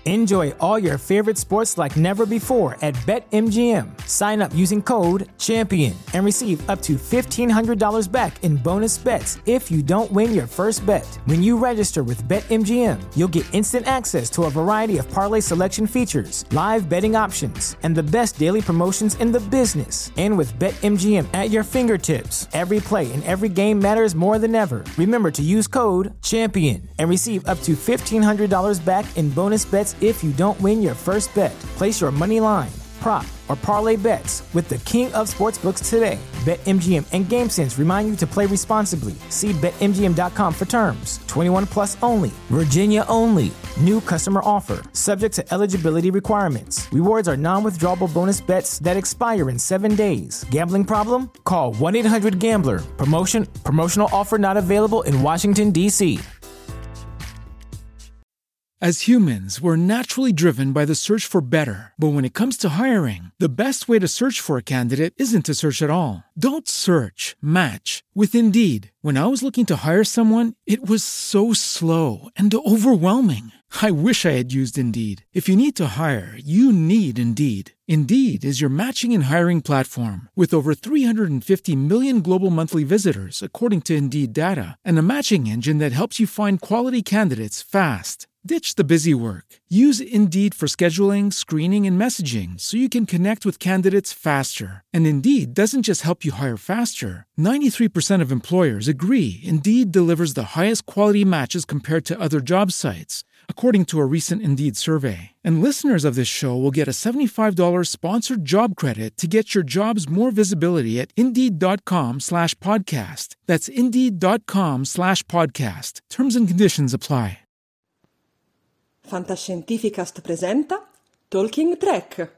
Enjoy all your favorite sports like never before at BetMGM. Sign up using code CHAMPION and receive up to $1,500 back in bonus bets if you don't win your first bet. When you register with BetMGM, you'll get instant access to a variety of parlay selection features, live betting options, and the best daily promotions in the business. And with BetMGM at your fingertips, every play and every game matters more than ever. Remember to use code CHAMPION and receive up to $1,500 back in bonus bets if you don't win your first bet. Place your money line, prop, or parlay bets with the king of sportsbooks today. BetMGM and GameSense remind you to play responsibly. See BetMGM.com for terms. 21 plus only. Virginia only. New customer offer. Subject to eligibility requirements. Rewards are non-withdrawable bonus bets that expire in 7 days. Gambling problem? Call 1-800-GAMBLER. Promotional offer not available in Washington, D.C. As humans, we're naturally driven by the search for better. But when it comes to hiring, the best way to search for a candidate isn't to search at all. Don't search, match with Indeed. When I was looking to hire someone, it was so slow and overwhelming. I wish I had used Indeed. If you need to hire, you need Indeed. Indeed is your matching and hiring platform with over 350 million global monthly visitors, according to Indeed data, and a matching engine that helps you find quality candidates fast. Ditch the busy work. Use Indeed for scheduling, screening, and messaging so you can connect with candidates faster. And Indeed doesn't just help you hire faster. 93% of employers agree Indeed delivers the highest quality matches compared to other job sites, according to a recent Indeed survey. And listeners of this show will get a $75 sponsored job credit to get your jobs more visibility at Indeed.com/podcast. That's Indeed.com/podcast. Terms and conditions apply. Fantascientificast presenta Talking Trek.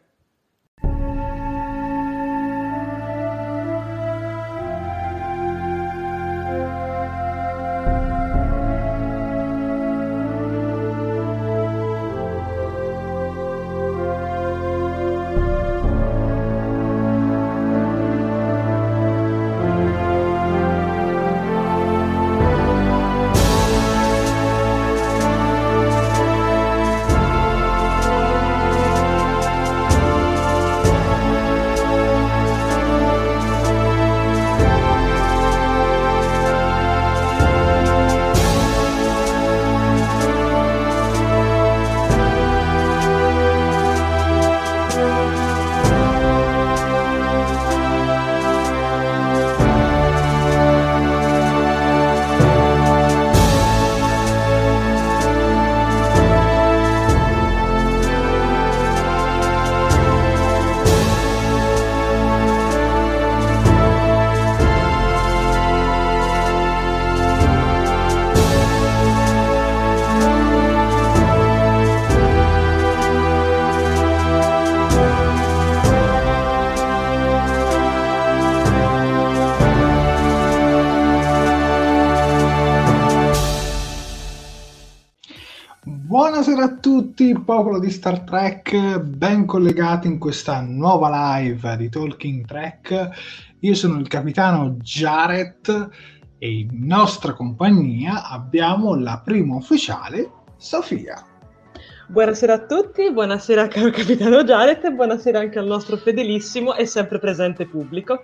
Buonasera a tutti, popolo di Star Trek, ben collegati in questa nuova live di Talking Trek. Io sono il capitano Jared e in nostra compagnia abbiamo la prima ufficiale, Sofia. Buonasera a tutti, buonasera caro capitano Jared e buonasera anche al nostro fedelissimo e sempre presente pubblico.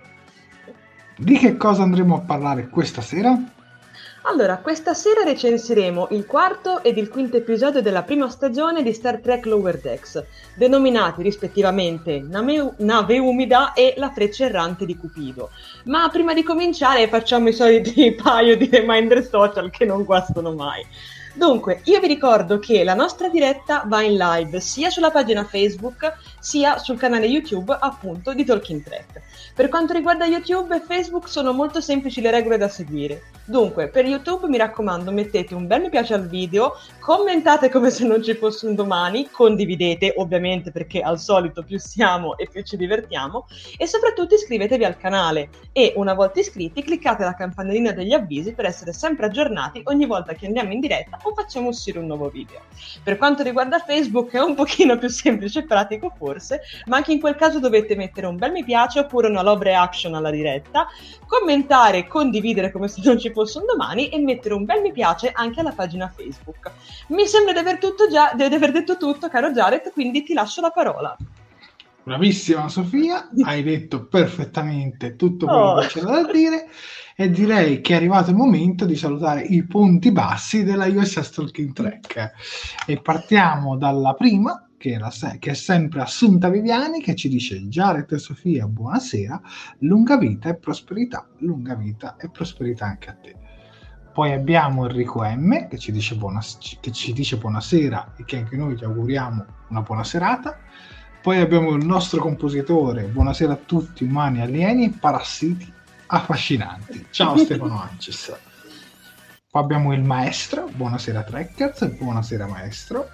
Di che cosa andremo a parlare questa sera? Allora, questa sera recensiremo il quarto ed il quinto episodio della prima stagione di Star Trek Lower Decks, denominati rispettivamente Nave Umida e La Freccia Errante di Cupido. Ma prima di cominciare facciamo i soliti paio di reminder social che non guastano mai. Dunque, io vi ricordo che la nostra diretta va in live sia sulla pagina Facebook sia sul canale YouTube, appunto, di Talking Trek. Per quanto riguarda YouTube e Facebook sono molto semplici le regole da seguire. Dunque, per YouTube mi raccomando, mettete un bel mi piace al video, commentate come se non ci fosse un domani, condividete ovviamente perché al solito più siamo e più ci divertiamo, e soprattutto iscrivetevi al canale e una volta iscritti cliccate la campanellina degli avvisi per essere sempre aggiornati ogni volta che andiamo in diretta o facciamo uscire un nuovo video. Per quanto riguarda Facebook è un pochino più semplice e pratico forse, ma anche in quel caso dovete mettere un bel mi piace oppure una love reaction alla diretta, commentare e condividere come se non ci fosse un domani e mettere un bel mi piace anche alla pagina Facebook. Mi sembra di aver detto tutto, caro Jared, quindi ti lascio la parola. Bravissima Sofia, hai detto perfettamente tutto quello che c'era da dire, e direi che è arrivato il momento di salutare i punti bassi della USS Talking Track, e partiamo dalla prima, che è sempre Assunta Viviani, che ci dice: Jared e Sofia, buonasera, lunga vita e prosperità anche a te. Poi abbiamo Enrico M, che ci dice buonasera e che anche noi ti auguriamo una buona serata. Poi abbiamo il nostro compositore: buonasera a tutti, umani, alieni e parassiti affascinanti. Ciao Stefano Ancis. Poi abbiamo il maestro: buonasera Trekkers, buonasera maestro.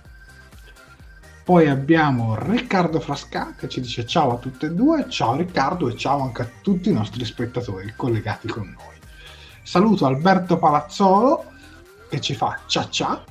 Poi abbiamo Riccardo Frasca, che ci dice ciao a tutte e due. Ciao Riccardo, e ciao anche a tutti i nostri spettatori collegati con noi. Saluto Alberto Palazzolo, che ci fa cia cia.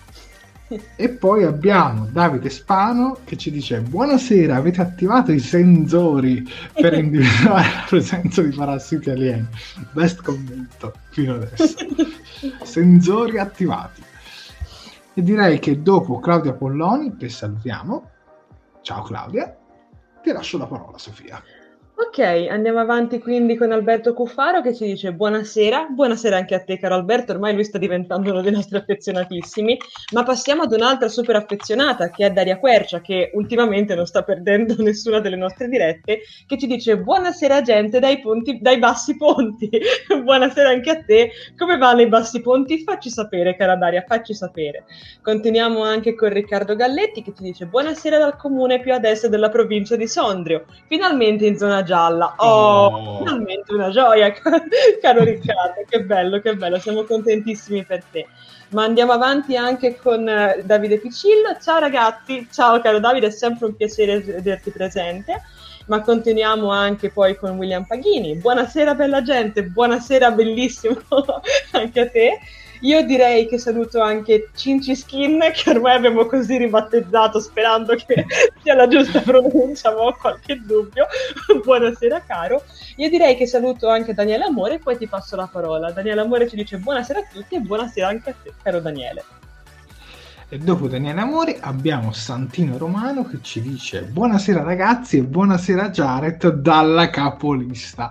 E poi abbiamo Davide Spano, che ci dice buonasera, avete attivato i sensori per individuare la presenza di parassiti alieni. Best commento fino adesso. Sensori attivati. E direi che dopo Claudia Polloni, che salutiamo, ciao Claudia, ti lascio la parola Sofia. Ok, andiamo avanti quindi con Alberto Cuffaro, che ci dice buonasera anche a te caro Alberto, ormai lui sta diventando uno dei nostri affezionatissimi, ma passiamo ad un'altra super affezionata che è Daria Quercia, che ultimamente non sta perdendo nessuna delle nostre dirette, che ci dice buonasera gente dai bassi ponti, buonasera anche a te, come vanno i bassi ponti? Facci sapere cara Daria, facci sapere. Continuiamo anche con Riccardo Galletti, che ci dice buonasera dal comune più ad est della provincia di Sondrio, finalmente in zona gialla. Finalmente una gioia, caro Riccardo, che bello, siamo contentissimi per te. Ma andiamo avanti anche con Davide Piccillo. Ciao ragazzi, ciao caro Davide, è sempre un piacere vederti presente. Ma continuiamo anche poi con William Paghini. Buonasera bella gente, buonasera bellissimo anche a te. Io direi che saluto anche Cinci Skin, che ormai abbiamo così ribattezzato, sperando che sia la giusta pronuncia, ma ho qualche dubbio. Buonasera caro. Io direi che saluto anche Daniele Amore e poi ti passo la parola. Daniele Amore ci dice buonasera a tutti e buonasera anche a te, caro Daniele. E dopo Daniele Amore abbiamo Santino Romano, che ci dice buonasera ragazzi e buonasera Jared dalla capolista.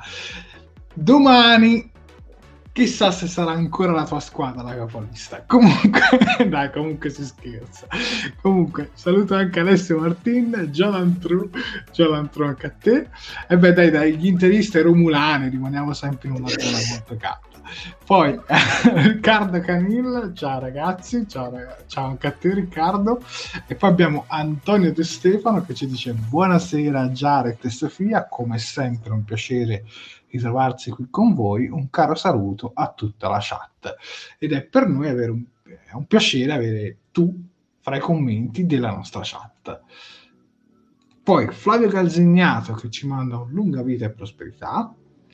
Domani chissà se sarà ancora la tua squadra la capolista. Comunque si scherza. Comunque saluto anche Alessio Martin, Jolan True anche a te. E beh dai, gli interisti romulani rimaniamo sempre in una zona molto calda. Poi Riccardo Canil, ciao ragazzi, ciao anche a te Riccardo. E poi abbiamo Antonio De Stefano, che ci dice buonasera Jared e Sofia, come sempre un piacere ritrovarsi qui con voi, un caro saluto a tutta la chat, ed è per noi è un piacere avere tu fra i commenti della nostra chat. Poi Flavio Calzignato, che ci manda un lunga vita e prosperità,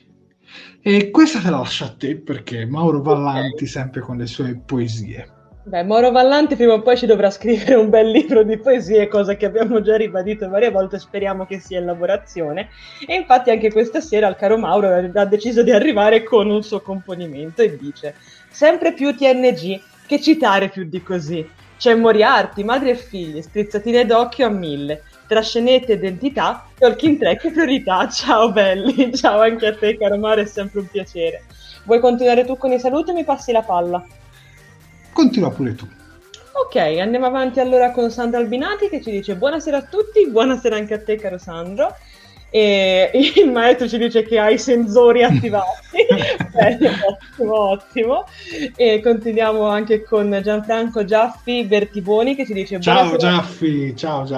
e questa te la lascio a te perché Mauro Vallanti sempre con le sue poesie. Beh, Mauro Vallanti prima o poi ci dovrà scrivere un bel libro di poesie, cosa che abbiamo già ribadito varie volte, speriamo che sia in lavorazione. E infatti anche questa sera il caro Mauro ha deciso di arrivare con un suo componimento e dice: sempre più TNG, che citare più di così. C'è Moriarty, madri e figli, strizzatine d'occhio a 1000, tra scenette e identità, Talking Track e priorità. Ciao belli, ciao anche a te caro Mauro, è sempre un piacere. Vuoi continuare tu con i saluti o mi passi la palla? Continua pure tu. Ok, andiamo avanti allora con Sandro Albinati, che ci dice buonasera a tutti, buonasera anche a te caro Sandro. E il maestro ci dice che ha i sensori attivati. Bene, ottimo. E continuiamo anche con Gianfranco Giaffi Bertiboni, che ci dice ciao Giaffi.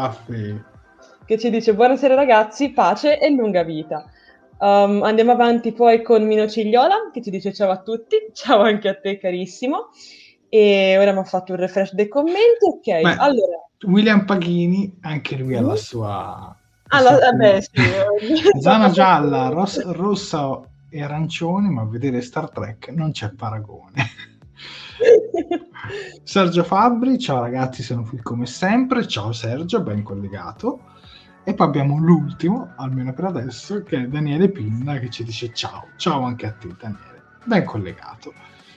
Che ci dice buonasera ragazzi, pace e lunga vita. Andiamo avanti poi con Mino Cigliola, che ci dice ciao a tutti, ciao anche a te carissimo. E ora mi ha fatto un refresh dei commenti. Ok, beh, allora William Paghini, anche lui ha la sua sì. zona gialla, rossa e arancione, ma a vedere Star Trek non c'è paragone. Sergio Fabbri, ciao ragazzi, sono qui come sempre. Ciao Sergio, ben collegato. E poi abbiamo l'ultimo, almeno per adesso, che è Daniele Pinna, che ci dice ciao anche a te Daniele, ben collegato.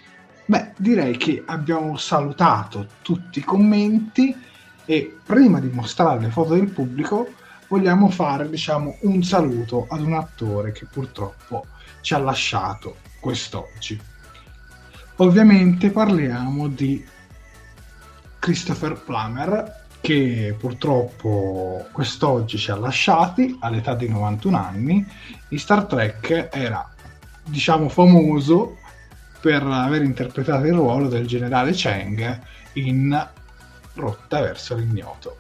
Beh, direi che abbiamo salutato tutti i commenti e prima di mostrare le foto del pubblico vogliamo fare, diciamo, un saluto ad un attore che purtroppo ci ha lasciato quest'oggi. Ovviamente parliamo di Christopher Plummer, che purtroppo quest'oggi ci ha lasciati all'età di 91 anni. In Star Trek era, diciamo, famoso per aver interpretato il ruolo del generale Chang in Rotta verso l'ignoto.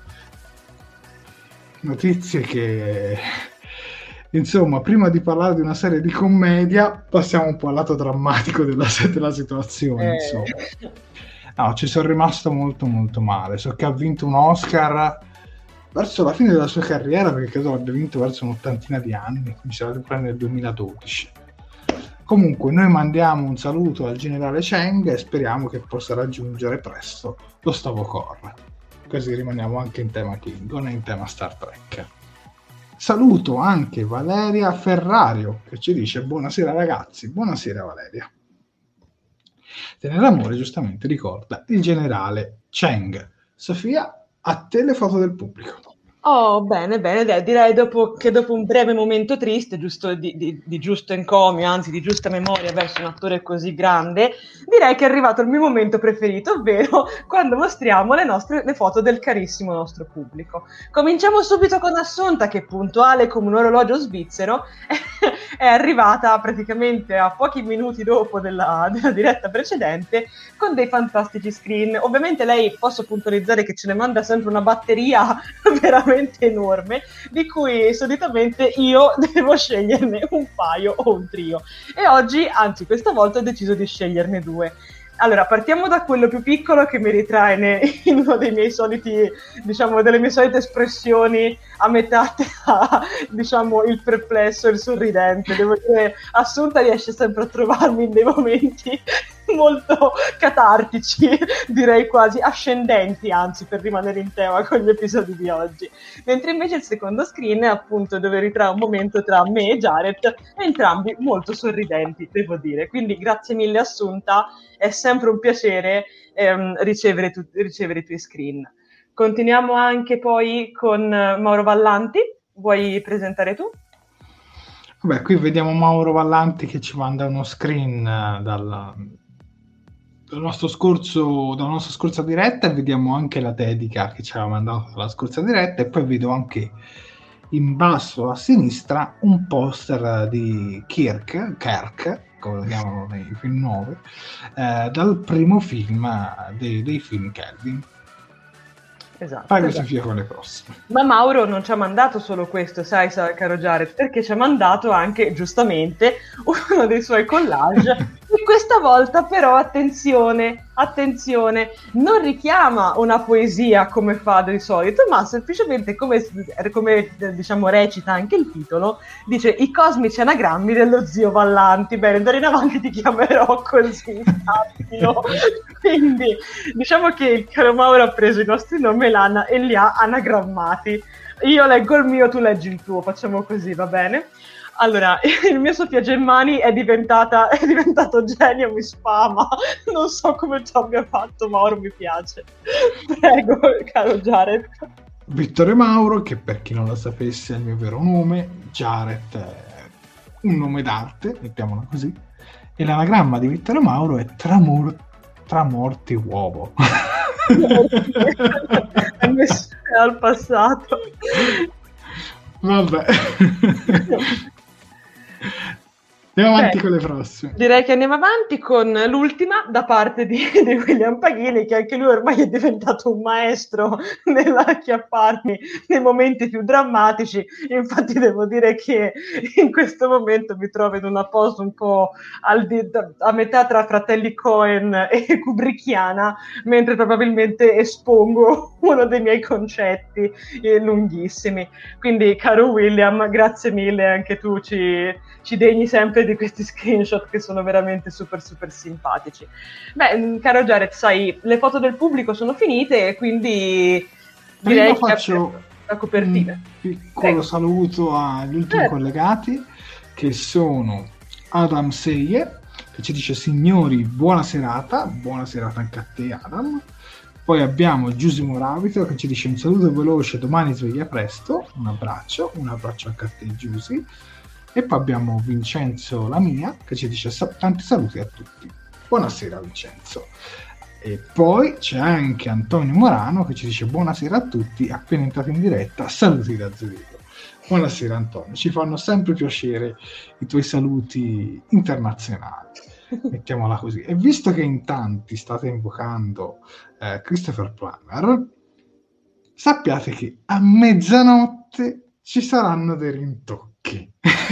Notizie che, insomma, prima di parlare di una serie di commedia passiamo un po' al lato drammatico della situazione, insomma. No, ci sono rimasto molto molto male. So che ha vinto un Oscar verso la fine della sua carriera, perché credo abbia vinto verso un'ottantina di anni, mi sembra nel 2012. Comunque noi mandiamo un saluto al generale Chang e speriamo che possa raggiungere presto lo Stavocor, così rimaniamo anche in tema Klingon e in tema Star Trek. Saluto anche Valeria Ferrario, che ci dice: buonasera ragazzi. Buonasera Valeria. Teneramore giustamente ricorda il generale Chang. Sofia, a te le foto del pubblico. Oh, bene, direi che dopo un breve momento triste, giusto di giusto encomio, anzi di giusta memoria verso un attore così grande, direi che è arrivato il mio momento preferito, ovvero quando mostriamo le foto del carissimo nostro pubblico. Cominciamo subito con Assunta, che puntuale come un orologio svizzero è arrivata praticamente a pochi minuti dopo della diretta precedente con dei fantastici screen. Ovviamente lei, posso puntualizzare che ce ne manda sempre una batteria veramente enorme, di cui solitamente io devo sceglierne un paio o un trio, e oggi, anzi questa volta, ho deciso di sceglierne due. Allora, partiamo da quello più piccolo, che mi ritrae in uno dei miei soliti, diciamo, delle mie solite espressioni a metà tra, diciamo, il perplesso e il sorridente. Devo dire, Assunta riesce sempre a trovarmi in dei momenti molto catartici, direi quasi ascendenti, anzi, per rimanere in tema con gli episodi di oggi. Mentre invece il secondo screen è appunto dove ritrae un momento tra me e Jared, entrambi molto sorridenti, devo dire. Quindi grazie mille Assunta, è sempre un piacere ricevere i tuoi screen. Continuiamo anche poi con Mauro Vallanti. Vuoi presentare tu? Vabbè, qui vediamo Mauro Vallanti che ci manda uno screen dalla nostra scorsa diretta, e vediamo anche la dedica che ci aveva mandato dalla scorsa diretta, e poi vedo anche in basso a sinistra un poster di Kirk, come lo chiamano nei film nuovi, dal primo film dei film Kelvin. Esatto. Prego Sofia con le prossime. Ma Mauro non ci ha mandato solo questo, sai caro Jared, perché ci ha mandato anche, giustamente, uno dei suoi collage. E questa volta però, attenzione, non richiama una poesia come fa di solito, ma semplicemente, come diciamo recita anche il titolo, dice: i cosmici anagrammi dello zio Vallanti. Bene, d'ora in avanti ti chiamerò così, sappilo. Quindi diciamo che il caro Mauro ha preso i nostri nomi e li ha anagrammati. Io leggo il mio, tu leggi il tuo, facciamo così, va bene? Allora, il mio Sofia Gemmani è diventato genio, mi spama, non so come ci abbia fatto, Mauro, mi piace. Prego, caro Jared. Vittore Mauro, che per chi non lo sapesse è il mio vero nome. Jared è un nome d'arte, mettiamola così, e l'anagramma di Vittore Mauro è Tramorti uovo. È messo al passato. Vabbè. Andiamo avanti con le prossime. Direi che andiamo avanti con l'ultima da parte di William Paghini, che anche lui ormai è diventato un maestro nell'acchiapparmi nei momenti più drammatici. Infatti devo dire che in questo momento mi trovo in una posa un po' a metà tra Fratelli Coen e Kubrickiana, mentre probabilmente espongo uno dei miei concetti lunghissimi. Quindi, caro William, grazie mille, anche tu ci degni sempre di questi screenshot che sono veramente super super simpatici. Beh, caro Jared, sai, le foto del pubblico sono finite, quindi direi che faccio la copertina. Un piccolo saluto agli ultimi collegati, che sono Adam Seie, che ci dice signori buona serata anche a te Adam. Poi abbiamo Giusy Moravito che ci dice un saluto veloce, domani sveglia presto, un abbraccio anche a te Giusy. E poi abbiamo Vincenzo Lamia che ci dice tanti saluti a tutti. Buonasera Vincenzo. E poi c'è anche Antonio Morano che ci dice buonasera a tutti, appena entrato in diretta, saluti da Zurigo. Buonasera Antonio, ci fanno sempre piacere i tuoi saluti internazionali, mettiamola così. E visto che in tanti state invocando Christopher Plummer, sappiate che a mezzanotte ci saranno dei rintocchi.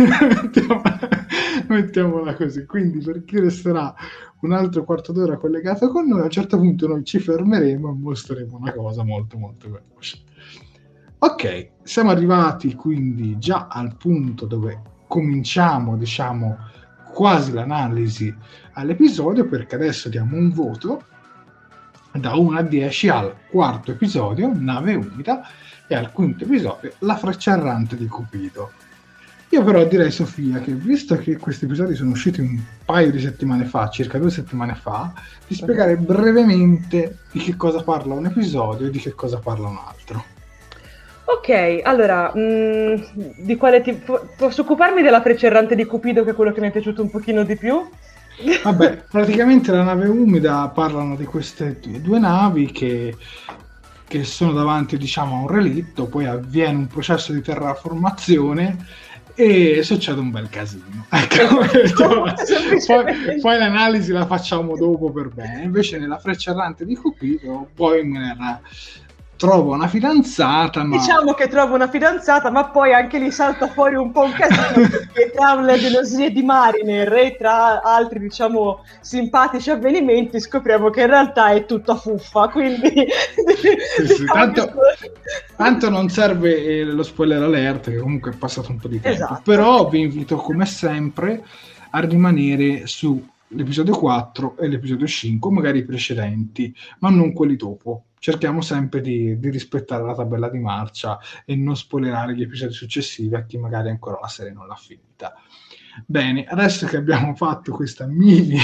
Mettiamola così. Quindi per chi resterà un altro quarto d'ora collegato con noi, a un certo punto noi ci fermeremo e mostreremo una cosa molto molto veloce. Ok, siamo arrivati quindi già al punto dove cominciamo, diciamo, quasi l'analisi all'episodio, perché adesso diamo un voto da 1 a 10 al quarto episodio, Nave Umida, e al quinto episodio, La Freccia Errante di Cupido. Io però direi, Sofia, che visto che questi episodi sono usciti un paio di settimane fa, circa 2 settimane fa, di spiegare brevemente di che cosa parla un episodio e di che cosa parla un altro. Ok, allora, di quale posso occuparmi della Freccia Errante di Cupido, che è quello che mi è piaciuto un pochino di più? Vabbè, praticamente la Nave Umida parlano di queste due navi che sono davanti, diciamo, a un relitto, poi avviene un processo di terraformazione e succede un bel casino. Ecco, poi l'analisi la facciamo dopo per bene. Invece nella Freccia Errante di Cupido Boimler trova una fidanzata, ma... Diciamo che trova una fidanzata, ma poi anche lì salta fuori un po' un casino, perché tra le gelosie di Mariner e tra altri, diciamo, simpatici avvenimenti scopriamo che in realtà è tutta fuffa, quindi... Sì, tanto non serve lo spoiler alert, che comunque è passato un po' di tempo. Esatto. Però vi invito come sempre a rimanere su l'episodio 4 e l'episodio 5, magari i precedenti, ma non quelli dopo. Cerchiamo sempre di rispettare la tabella di marcia e non spoilerare gli episodi successivi a chi magari ancora la serie non l'ha finita. Bene, adesso che abbiamo fatto questa mini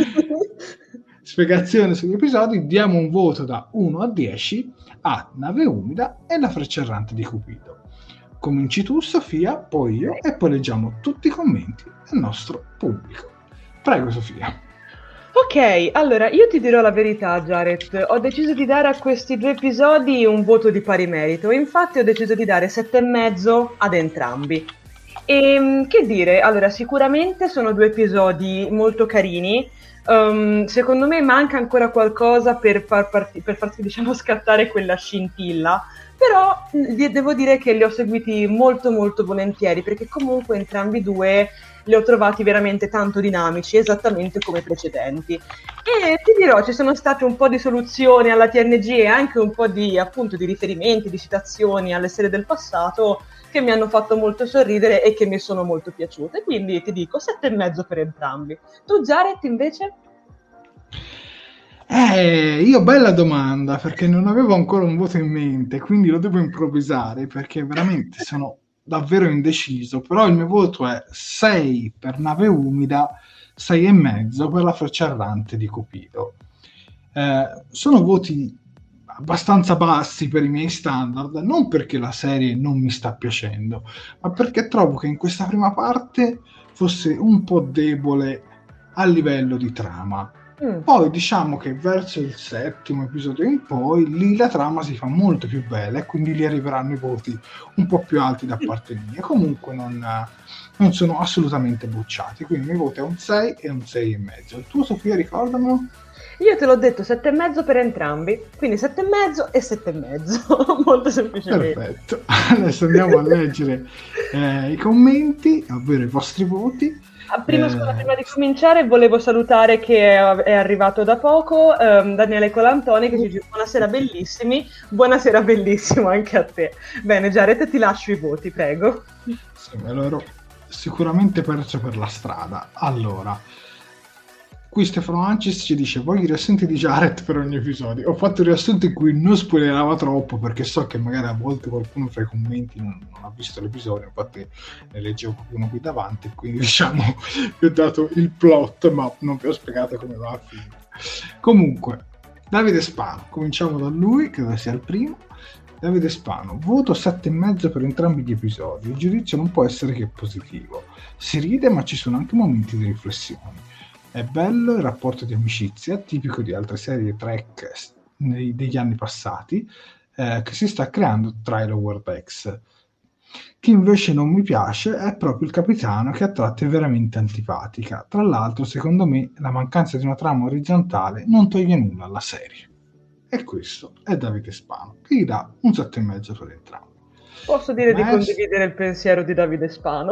spiegazione sugli episodi, diamo un voto da 1 a 10 a Nave Umida e La Freccia Errante di Cupido. Cominci tu, Sofia, poi io, e poi leggiamo tutti i commenti del nostro pubblico. Prego, Sofia. Ok, allora io ti dirò la verità, Jared. Ho deciso di dare a questi 2 episodi un voto di pari merito. Infatti ho deciso di dare 7,5 ad entrambi. E che dire, allora sicuramente sono 2 episodi molto carini. Secondo me manca ancora qualcosa per farsi, diciamo, scattare quella scintilla. Però devo dire che li ho seguiti molto molto volentieri, perché comunque entrambi 2 li ho trovati veramente tanto dinamici, esattamente come i precedenti. E ti dirò, ci sono state un po' di soluzioni alla TNG e anche un po' di, appunto, di riferimenti, di citazioni alle serie del passato che mi hanno fatto molto sorridere e che mi sono molto piaciute. Quindi ti dico 7,5 per entrambi. Tu, Jared, invece? Io bella domanda, perché non avevo ancora un voto in mente, quindi lo devo improvvisare, perché veramente sono davvero indeciso, però il mio voto è 6 per Nave Umida, 6,5 per La Freccia Errante di Cupido. Sono voti abbastanza bassi per i miei standard, non perché la serie non mi sta piacendo, ma perché trovo che in questa prima parte fosse un po' debole a livello di trama. Poi diciamo che verso il 7° episodio in poi lì la trama si fa molto più bella e quindi lì arriveranno i voti un po' più alti da parte mia. Comunque non sono assolutamente bocciati, quindi il mio voto è un 6 e un 6,5. Il tuo, Sofia, ricordamelo? Io te l'ho detto 7,5 per entrambi, quindi 7,5 e 7,5, molto semplicemente. Perfetto, adesso andiamo a leggere i commenti, ovvero i vostri voti. Prima di cominciare volevo salutare che è arrivato da poco Daniele Colantoni che ci dice buonasera bellissimi, buonasera bellissimo anche a te. Bene, Jared, ti lascio i voti, prego. Sì, me l'ero sicuramente perso per la strada. Allora, Qui Stefano Ancis ci dice: voglio i riassunti di Jared per ogni episodio. Ho fatto il riassunto in cui non spoilerava troppo, perché so che magari a volte qualcuno fra i commenti non ha visto l'episodio, infatti ne leggevo qualcuno qui davanti, quindi diciamo vi ho dato il plot, ma non vi ho spiegato come va a finire. Comunque, Davide Spano, cominciamo da lui, credo sia il primo. Davide Spano, voto 7,5 per entrambi gli episodi. Il giudizio non può essere che positivo. Si ride, ma ci sono anche momenti di riflessione. È bello il rapporto di amicizia, tipico di altre serie Trek degli anni passati, che si sta creando tra i Lower Decks. Chi invece non mi piace è proprio il capitano, che a tratti è veramente antipatica. Tra l'altro, secondo me, la mancanza di una trama orizzontale non toglie nulla alla serie. E questo è Davide Spano, che gli dà un 7,5 per entrambi. Posso dire di condividere il pensiero di Davide Spano?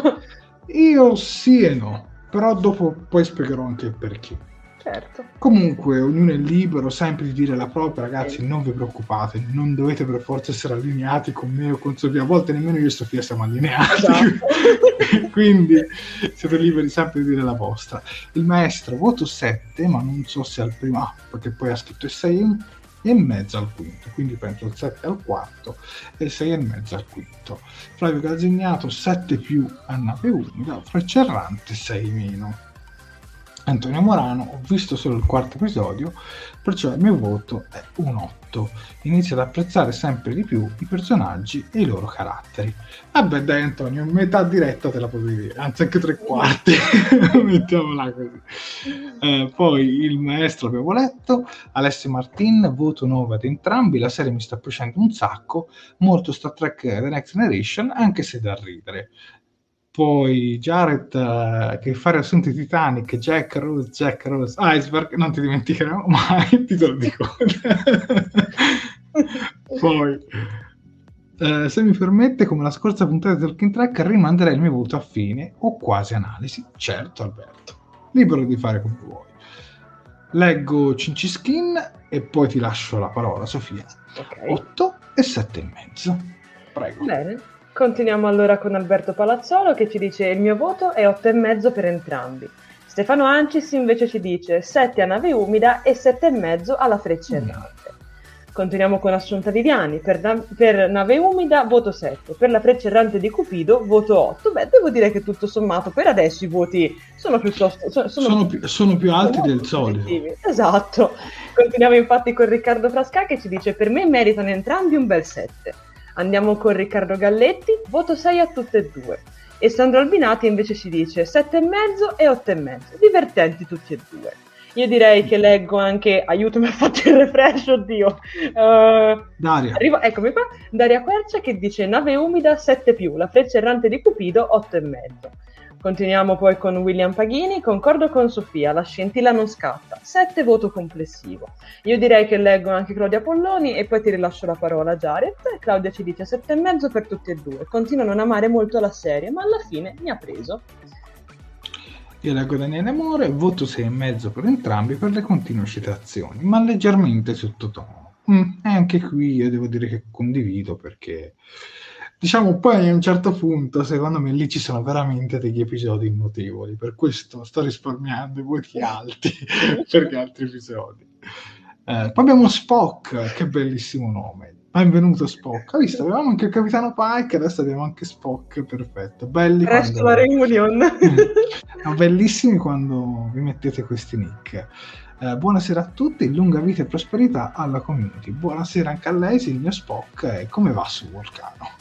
Io sì e no, però dopo poi spiegherò anche il perché. Certo. Comunque ognuno è libero sempre di dire la propria, ragazzi, non vi preoccupate, non dovete per forza essere allineati con me o con Sofia, a volte nemmeno io e Sofia siamo allineati, esatto. Quindi siete liberi sempre di dire la vostra. Il maestro voto 7, ma non so se al primo, perché poi ha scritto 6,5 al quinto, quindi penso il 7 al quarto e il 6,5 al quinto. Flavio Gazzignato 7+, a nave umida. Freccia Errante 6-. Antonio Morano, ho visto solo il quarto episodio, perciò il mio voto è un 8. Inizio ad apprezzare sempre di più i personaggi e i loro caratteri. Vabbè dai Antonio, metà diretta te la potevi dire, anzi anche 3/4, mettiamola così. Poi il maestro abbiamo letto, Alessio Martin, voto 9 ad entrambi, la serie mi sta piacendo un sacco, molto Star Trek The Next Generation, anche se da ridere. Poi Jared, che fa riassunti Titanic, Jack Rose, Iceberg, non ti dimenticheremo mai, ti lo dico. Poi, se mi permette, come la scorsa puntata di Talking Track, rimanderei il mio voto a fine o quasi analisi. Certo, Alberto, libero di fare come vuoi. Leggo Cinciskin e poi ti lascio la parola, Sofia. Okay. 8 e 7,5. Prego. Bene. Continuiamo allora con Alberto Palazzolo, che ci dice: il mio voto è 8,5 per entrambi. Stefano Ancis invece ci dice 7 a nave umida e 7,5 alla Freccia Errante. Continuiamo con Assunta Viviani. Per nave umida voto 7, per la Freccia Errante di Cupido voto 8. Beh, devo dire che tutto sommato per adesso i voti sono piuttosto sono più alti del solito. Esatto. Continuiamo infatti con Riccardo Frasca, che ci dice: per me meritano entrambi un bel 7. Andiamo con Riccardo Galletti, voto 6 a tutte e due. E Sandro Albinati invece ci dice 7,5 e 8,5. Divertenti tutti e due. Io direi che leggo anche, aiutami a fare il refresh, oddio. Daria. Eccomi qua. Daria Quercia che dice nave umida 7+, la Freccia Errante di Cupido 8,5. Continuiamo poi con William Paghini, concordo con Sofia, la scintilla non scatta, 7 voto complessivo. Io direi che leggo anche Claudia Polloni e poi ti rilascio la parola a Jared. Claudia ci dice 7,5 per tutti e due, continuo a non amare molto la serie, ma alla fine mi ha preso. Io leggo Daniele Amore, voto 6,5 per entrambi per le continue citazioni, ma leggermente sottotono. E anche qui io devo dire che condivido, perché diciamo poi a un certo punto secondo me lì ci sono veramente degli episodi notevoli, per questo sto risparmiando i voti alti per gli altri episodi. Poi abbiamo Spock, che bellissimo nome, benvenuto Spock. Hai visto, avevamo anche il Capitano Pike, adesso abbiamo anche Spock, perfetto, belli. Presto la reunion. No, bellissimi quando vi mettete questi nick. Buonasera a tutti, lunga vita e prosperità alla community. Buonasera anche a lei, signor Spock, e come va su Vulcano?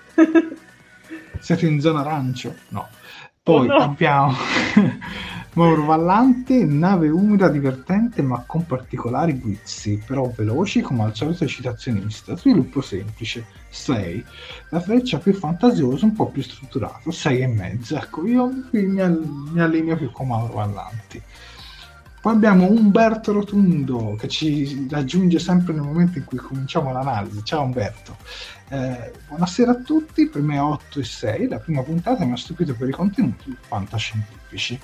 Siete in zona arancio? No. Poi abbiamo Mauro Vallanti, nave umida divertente ma con particolari guizzi, però veloci come al solito citazionista. Sviluppo semplice 6, la freccia più fantasiosa, un po' più strutturato 6,5. Ecco, io qui mi allineo più con Mauro Vallanti. Poi abbiamo Umberto Rotundo che ci raggiunge sempre nel momento in cui cominciamo l'analisi. Ciao Umberto. Buonasera a tutti, per me 8 e 6, la prima puntata mi ha stupito per i contenuti fantascientifici.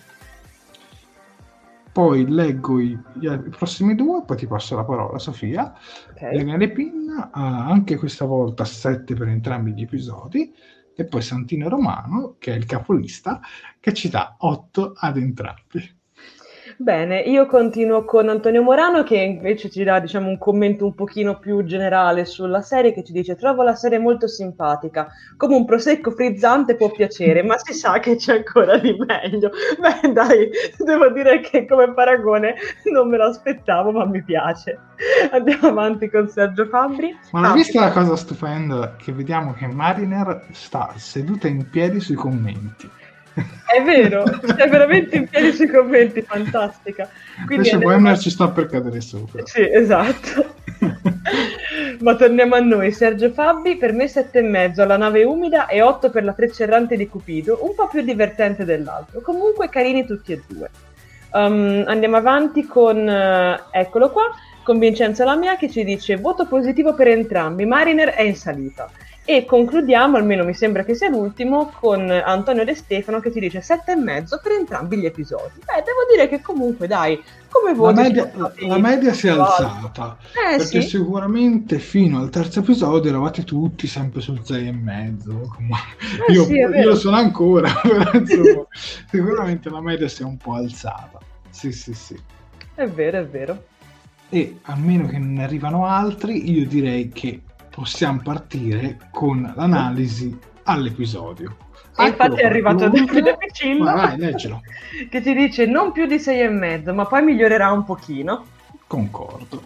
Poi leggo i prossimi due, poi ti passo la parola Sofia. Daniele Pinna, anche questa volta 7 per entrambi gli episodi, e poi Santino Romano, che è il capolista, che ci dà 8 ad entrambi. Bene, io continuo con Antonio Morano che invece ci dà, diciamo, un commento un pochino più generale sulla serie, che ci dice: trovo la serie molto simpatica, come un prosecco frizzante può piacere, ma si sa che c'è ancora di meglio. Beh, dai, devo dire che come paragone non me lo aspettavo, ma mi piace. Andiamo avanti con Sergio Fabbri. Ma l'hai vista la cosa stupenda? Che vediamo che Mariner sta seduta in piedi sui commenti. È vero, è veramente in piedi sui commenti, fantastica. Quindi Invece Wemner ci sta per cadere sopra. Sì, esatto. Ma torniamo a noi. Sergio Fabbi, per me 7,5 alla nave umida e 8 per la freccia errante di Cupido, un po' più divertente dell'altro. Comunque carini tutti e due. Andiamo avanti con, eccolo qua, con Vincenzo Lamia che ci dice: voto positivo per entrambi, Mariner è in salita. E concludiamo, almeno mi sembra che sia l'ultimo, con Antonio De Stefano che ci dice 7,5 per entrambi gli episodi. Beh, devo dire che comunque, dai, come voto... La media si è alzata, perché sì. Sicuramente fino al terzo episodio eravate tutti sempre sul 6,5. Sì, io lo sono ancora, però insomma, sicuramente la media si è un po' alzata. Sì. È vero, è vero. E a meno che non ne arrivano altri, io direi che possiamo partire con l'analisi all'episodio. E infatti è arrivato Davide Piccillo vai, leggilo. Che ti dice non più di 6,5, ma poi migliorerà un pochino. Concordo.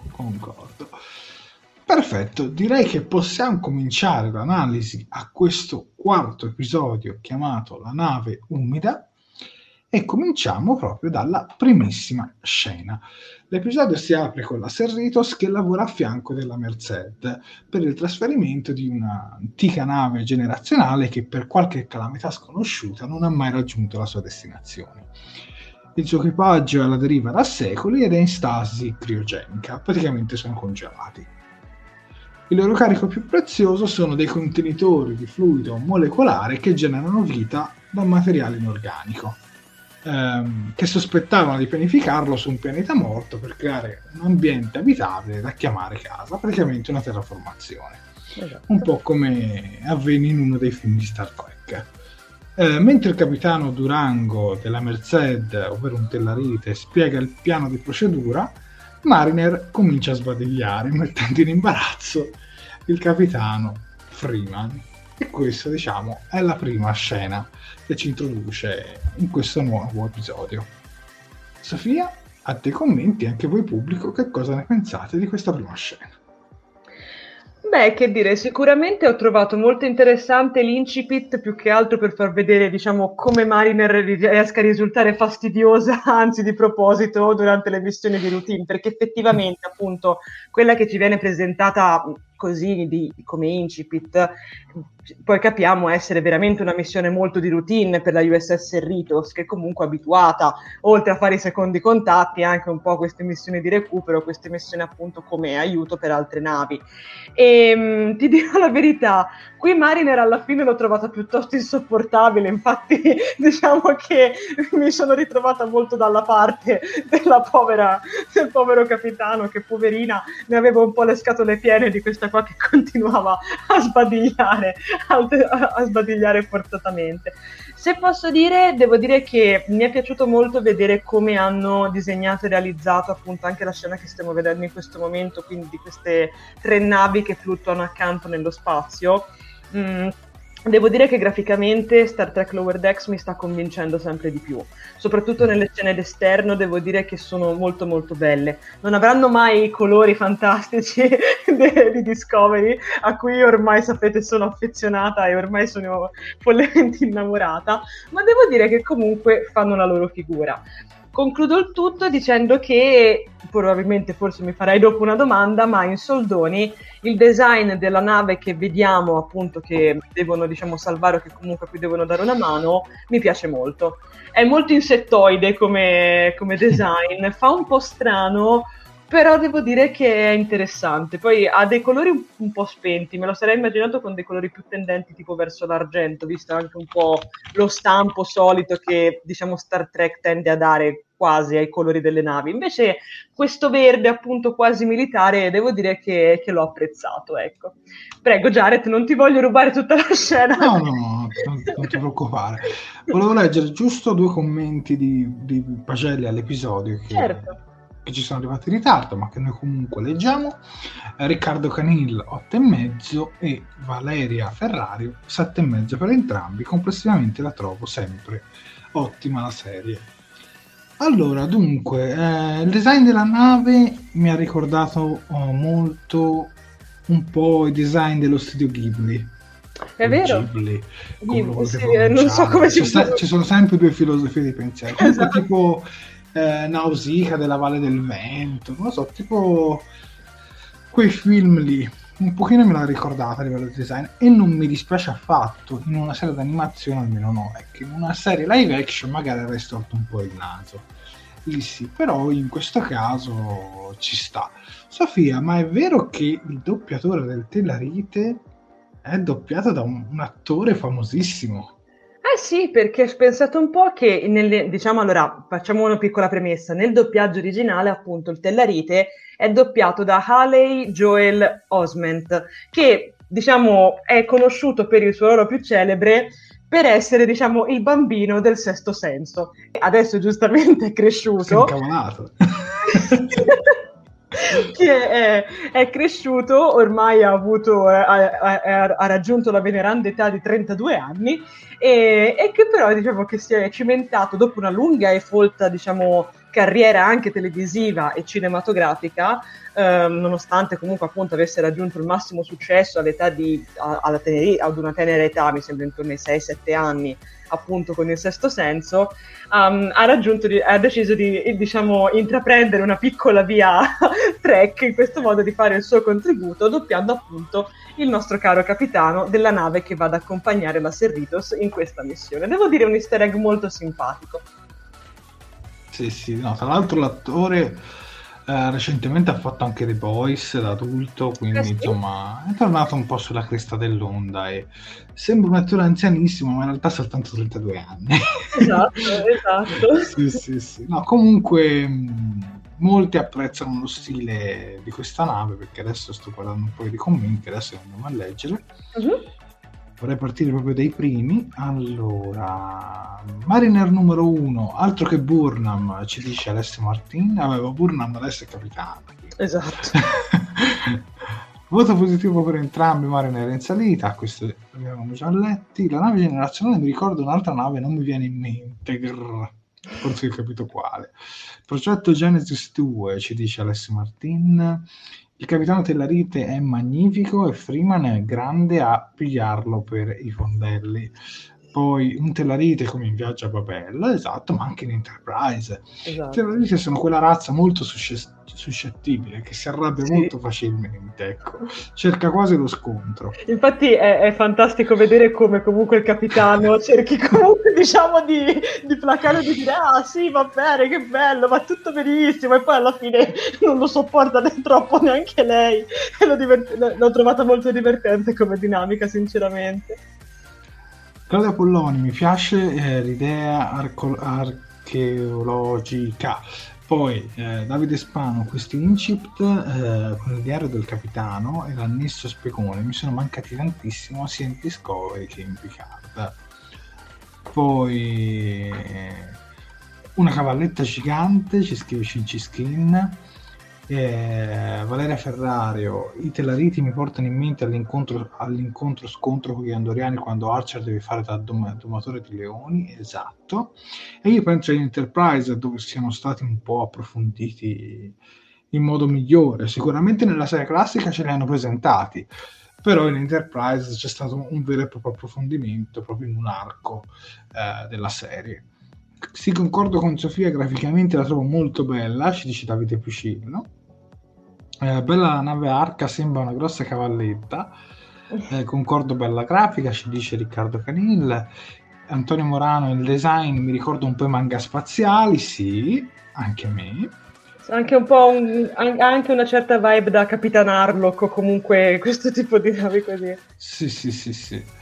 Perfetto, direi che possiamo cominciare l'analisi a questo quarto episodio chiamato La nave umida e cominciamo proprio dalla primissima scena. L'episodio si apre con la Cerritos che lavora a fianco della Merced per il trasferimento di un'antica nave generazionale che per qualche calamità sconosciuta non ha mai raggiunto la sua destinazione. Il suo equipaggio è alla deriva da secoli ed è in stasi criogenica, praticamente sono congelati. Il loro carico più prezioso sono dei contenitori di fluido molecolare che generano vita da un materiale inorganico. Che sospettavano di pianificarlo su un pianeta morto per creare un ambiente abitabile da chiamare casa, praticamente una terraformazione. Esatto. Un po' come avvenne in uno dei film di Star Trek. Mentre il capitano Durango della Merced, ovvero un tellarite, spiega il piano di procedura, Mariner comincia a sbadigliare, mettendo in imbarazzo il capitano Freeman. E questa, diciamo, è la prima scena che ci introduce in questo nuovo episodio. Sofia, a te commenti, anche voi pubblico, che cosa ne pensate di questa prima scena? Beh, che dire, sicuramente ho trovato molto interessante l'incipit, più che altro per far vedere, diciamo, come Mariner riesca a risultare fastidiosa, anzi di proposito, durante le missioni di routine, perché effettivamente, appunto, quella che ci viene presentata così come incipit, poi capiamo essere veramente una missione molto di routine per la USS Cerritos, che è comunque abituata, oltre a fare i secondi contatti, anche un po' queste missioni di recupero, queste missioni appunto come aiuto per altre navi. E ti dirò la verità, qui Mariner alla fine l'ho trovata piuttosto insopportabile, infatti diciamo che mi sono ritrovata molto dalla parte del povero capitano, che poverina ne aveva un po' le scatole piene di questa qua che continuava a sbadigliare forzatamente. Se posso dire, devo dire che mi è piaciuto molto vedere come hanno disegnato e realizzato appunto anche la scena che stiamo vedendo in questo momento, quindi di queste 3 navi che fluttuano accanto nello spazio. Devo dire che graficamente Star Trek Lower Decks mi sta convincendo sempre di più, soprattutto nelle scene d'esterno. Devo dire che sono molto molto belle. Non avranno mai i colori fantastici di Discovery, a cui ormai sapete sono affezionata e ormai sono follemente innamorata, ma devo dire che comunque fanno la loro figura. Concludo il tutto dicendo che, probabilmente forse mi farai dopo una domanda, ma in soldoni il design della nave che vediamo appunto che devono, diciamo, salvare o che comunque a cui devono dare una mano, mi piace molto. È molto insettoide come design, fa un po' strano, però devo dire che è interessante. Poi ha dei colori un po' spenti, me lo sarei immaginato con dei colori più tendenti tipo verso l'argento, visto anche un po' lo stampo solito che, diciamo, Star Trek tende a dare quasi ai colori delle navi. Invece questo verde appunto quasi militare devo dire che l'ho apprezzato, ecco. Prego Jared, non ti voglio rubare tutta la scena. No, non ti preoccupare. Volevo leggere giusto 2 commenti di Pagelli all'episodio che ci sono arrivati in ritardo, ma che noi comunque leggiamo. Riccardo Canil 8,5 e Valeria Ferrario 7,5 per entrambi. Complessivamente la trovo sempre ottima la serie. Allora, dunque, il design della nave mi ha ricordato molto un po' il design dello studio Ghibli. È vero? Ghibli, non so come si chiama. Ci sono sempre 2 filosofie di pensiero. Esatto. Tipo Nausicaa della Valle del Vento, non lo so, tipo quei film lì. Un pochino me l'ha ricordata a livello di design e non mi dispiace affatto. In una serie d'animazione almeno no, è che in una serie live action magari avrei storto un po' il naso. Lì sì, però in questo caso ci sta. Sofia, ma è vero che il doppiatore del Tellarite è doppiato da un attore famosissimo? Sì, perché ho pensato un po' che allora facciamo una piccola premessa. Nel doppiaggio originale, appunto, il Tellarite è doppiato da Haley Joel Osment, che è conosciuto per il suo ruolo più celebre per essere il bambino del Sesto Senso. Adesso giustamente è cresciuto. Si è incavolato. Che è cresciuto, ormai ha raggiunto la veneranda età di 32 anni e che però che si è cimentato dopo una lunga e folta carriera anche televisiva e cinematografica, nonostante comunque appunto avesse raggiunto il massimo successo all'età ad una tenera età, mi sembra intorno ai 6-7 anni, appunto con il Sesto Senso, ha deciso di intraprendere una piccola via Trek, in questo modo di fare il suo contributo, doppiando appunto il nostro caro capitano della nave che va ad accompagnare la Cerritos in questa missione. Devo dire un easter egg molto simpatico. Sì, no, tra l'altro l'attore recentemente ha fatto anche The Boys da adulto, quindi sì? Insomma è tornato un po' sulla cresta dell'onda e sembra un attore anzianissimo, ma in realtà ha soltanto 32 anni. Esatto. Sì. No, comunque molti apprezzano lo stile di questa nave, perché adesso sto guardando un po' di commenti, adesso andiamo a leggere. Vorrei partire proprio dai primi. Allora, Mariner numero 1, altro che Burnham, ci dice Alessio Martin. Burnham adesso è capitano. Esatto. Voto positivo per entrambi, Mariner in salita, questo li avevamo già letti. La nave generazionale, mi ricordo un'altra nave, non mi viene in mente, forse ho capito quale. Progetto Genesis 2, ci dice Alessio Martin. Il capitano Tellarite è magnifico e Freeman è grande a pigliarlo per i fondelli. Poi un Tellarite come in Viaggio a Babel, esatto, ma anche in Enterprise. Esatto. I Tellarite sono quella razza molto suscettibile, che si arrabbia molto facilmente, ecco. Cerca quasi lo scontro. Infatti è fantastico vedere come comunque il capitano cerchi comunque di placare e di dire sì, va bene, che bello, va tutto benissimo, e poi alla fine non lo sopporta troppo neanche lei, e l'ho trovata molto divertente come dinamica, sinceramente. Claudia Polloni, mi piace l'idea archeologica. Poi Davide Spano, questi incipit con il diario del capitano e l'annesso spiegone mi sono mancati tantissimo sia in Discovery che in Picard. Poi una cavalletta gigante, ci scrive Cinciskin. Valeria Ferrario, i Tellariti mi portano in mente all'incontro scontro con gli andoriani quando Archer deve fare da domatore di leoni, esatto, e io penso all'Enterprise dove siano stati un po' approfonditi in modo migliore. Sicuramente nella serie classica ce li hanno presentati, però in Enterprise c'è stato un vero e proprio approfondimento proprio in un arco della serie. Sì, concordo con Sofia, graficamente la trovo molto bella, ci dice Davide Pucillo. Bella la nave Arca, sembra una grossa cavalletta. Concordo, bella grafica, ci dice Riccardo Canil. Antonio Morano, il design mi ricorda un po' i manga spaziali, sì, anche a me. Anche un po' anche una certa vibe da Capitan Harlock o comunque questo tipo di navi così. Sì.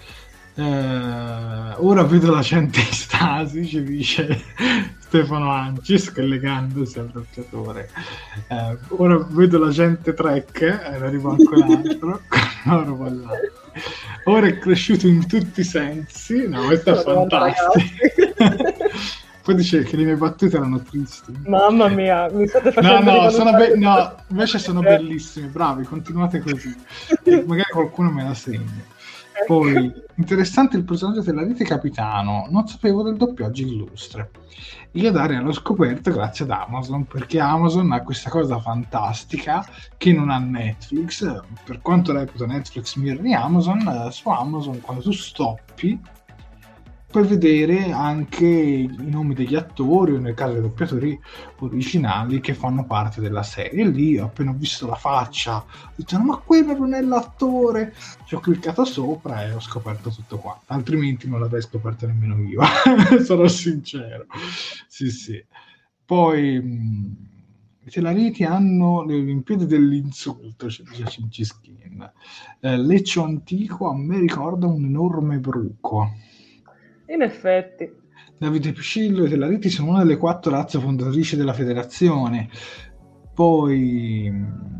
Ora vedo la gente in stasi, ci dice Stefano Ancis, collegandosi al doppiatore. Ora vedo la gente Trek, ne arriva ancora un altro, con loro ballati. Ora è cresciuto in tutti i sensi. No, questo è fantastico. Poi dice che le mie battute erano tristi. Mamma mia, mi state facendo no, invece sono bellissime, bravi, continuate così. E magari qualcuno me la segna. Poi, interessante il personaggio della Rite Capitano, non sapevo del doppiaggio illustre. Io Daria l'ho scoperto grazie ad Amazon, perché Amazon ha questa cosa fantastica che non ha Netflix. Per quanto reputo Netflix migliore di Amazon, su Amazon quando tu stoppi puoi vedere anche i nomi degli attori, o nel caso dei doppiatori originali che fanno parte della serie. Lì, appena ho visto la faccia, ho detto: no, ma quello non è l'attore. Ci ho cliccato sopra e ho scoperto tutto qua. Altrimenti non l'avrei scoperto nemmeno io, sarò sincero. Sì. Poi i Telariti hanno le Olimpiadi dell'insulto, ci dice Cinciskin. Leccio antico a me ricorda un enorme bruco. In effetti. Davide Piscillo e Telariti sono una delle 4 razze fondatrici della federazione. Poi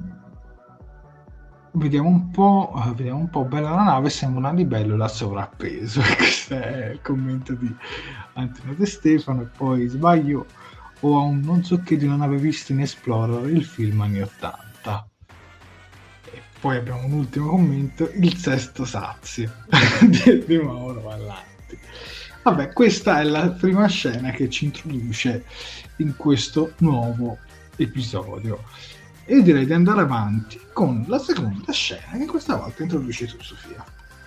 vediamo un po'. Bella la nave, sembra una libellula sovrappeso. Questo è il commento di Antonio De Stefano. E poi sbaglio o a un non so che di non aver visto in Explorer il film anni 80. E poi abbiamo un ultimo commento: il sesto sazio di Mauro Vallanti. Vabbè, questa è la prima scena che ci introduce in questo nuovo episodio. E direi di andare avanti con la seconda scena, che questa volta introduci tu, Sofia.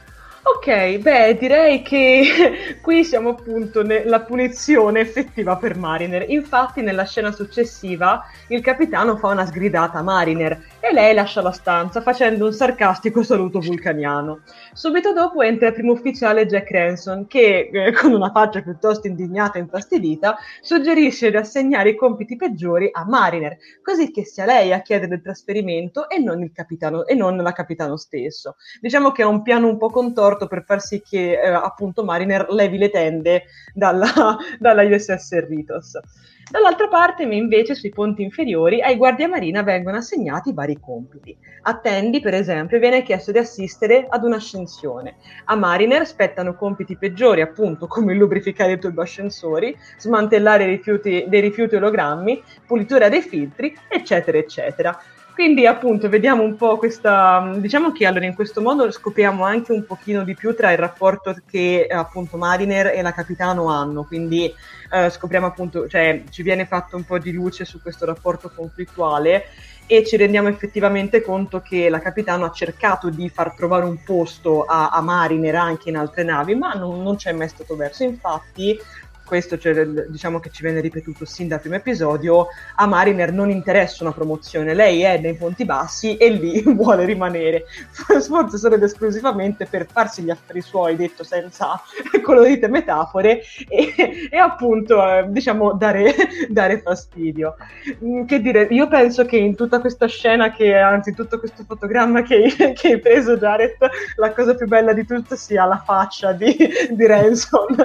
Ok, beh, direi che qui siamo appunto nella punizione effettiva per Mariner. Infatti nella scena successiva il capitano fa una sgridata a Mariner e lei lascia la stanza facendo un sarcastico saluto vulcaniano. Subito dopo entra il primo ufficiale Jack Ransom che, con una faccia piuttosto indignata e infastidita, suggerisce di assegnare i compiti peggiori a Mariner, così che sia lei a chiedere il trasferimento e non il capitano e non la capitano stesso. Diciamo che è un piano un po' contorto per far sì che appunto Mariner levi le tende dalla USS Cerritos. Dall'altra parte, invece, sui ponti inferiori ai guardiamarina vengono assegnati vari compiti. A Tandy, per esempio, viene chiesto di assistere ad un'ascensione. A Mariner spettano compiti peggiori, appunto, come lubrificare i turbascensori, smantellare dei rifiuti ologrammi, pulitura dei filtri, eccetera, eccetera. Quindi appunto vediamo un po' questa, diciamo che allora in questo modo scopriamo anche un pochino di più tra il rapporto che appunto Mariner e la capitano hanno, quindi scopriamo appunto, cioè ci viene fatto un po' di luce su questo rapporto conflittuale e ci rendiamo effettivamente conto che la capitano ha cercato di far trovare un posto a Mariner anche in altre navi, ma non c'è mai stato verso. Infatti questo diciamo che ci viene ripetuto sin dal primo episodio, a Mariner non interessa una promozione, lei è nei ponti bassi e lì vuole rimanere, forse solo ed esclusivamente per farsi gli affari suoi, detto senza colorite metafore, e appunto diciamo dare fastidio. Che dire, io penso che in tutta questa scena, anzi tutto questo fotogramma che hai preso, Jared, la cosa più bella di tutto sia la faccia di Ransom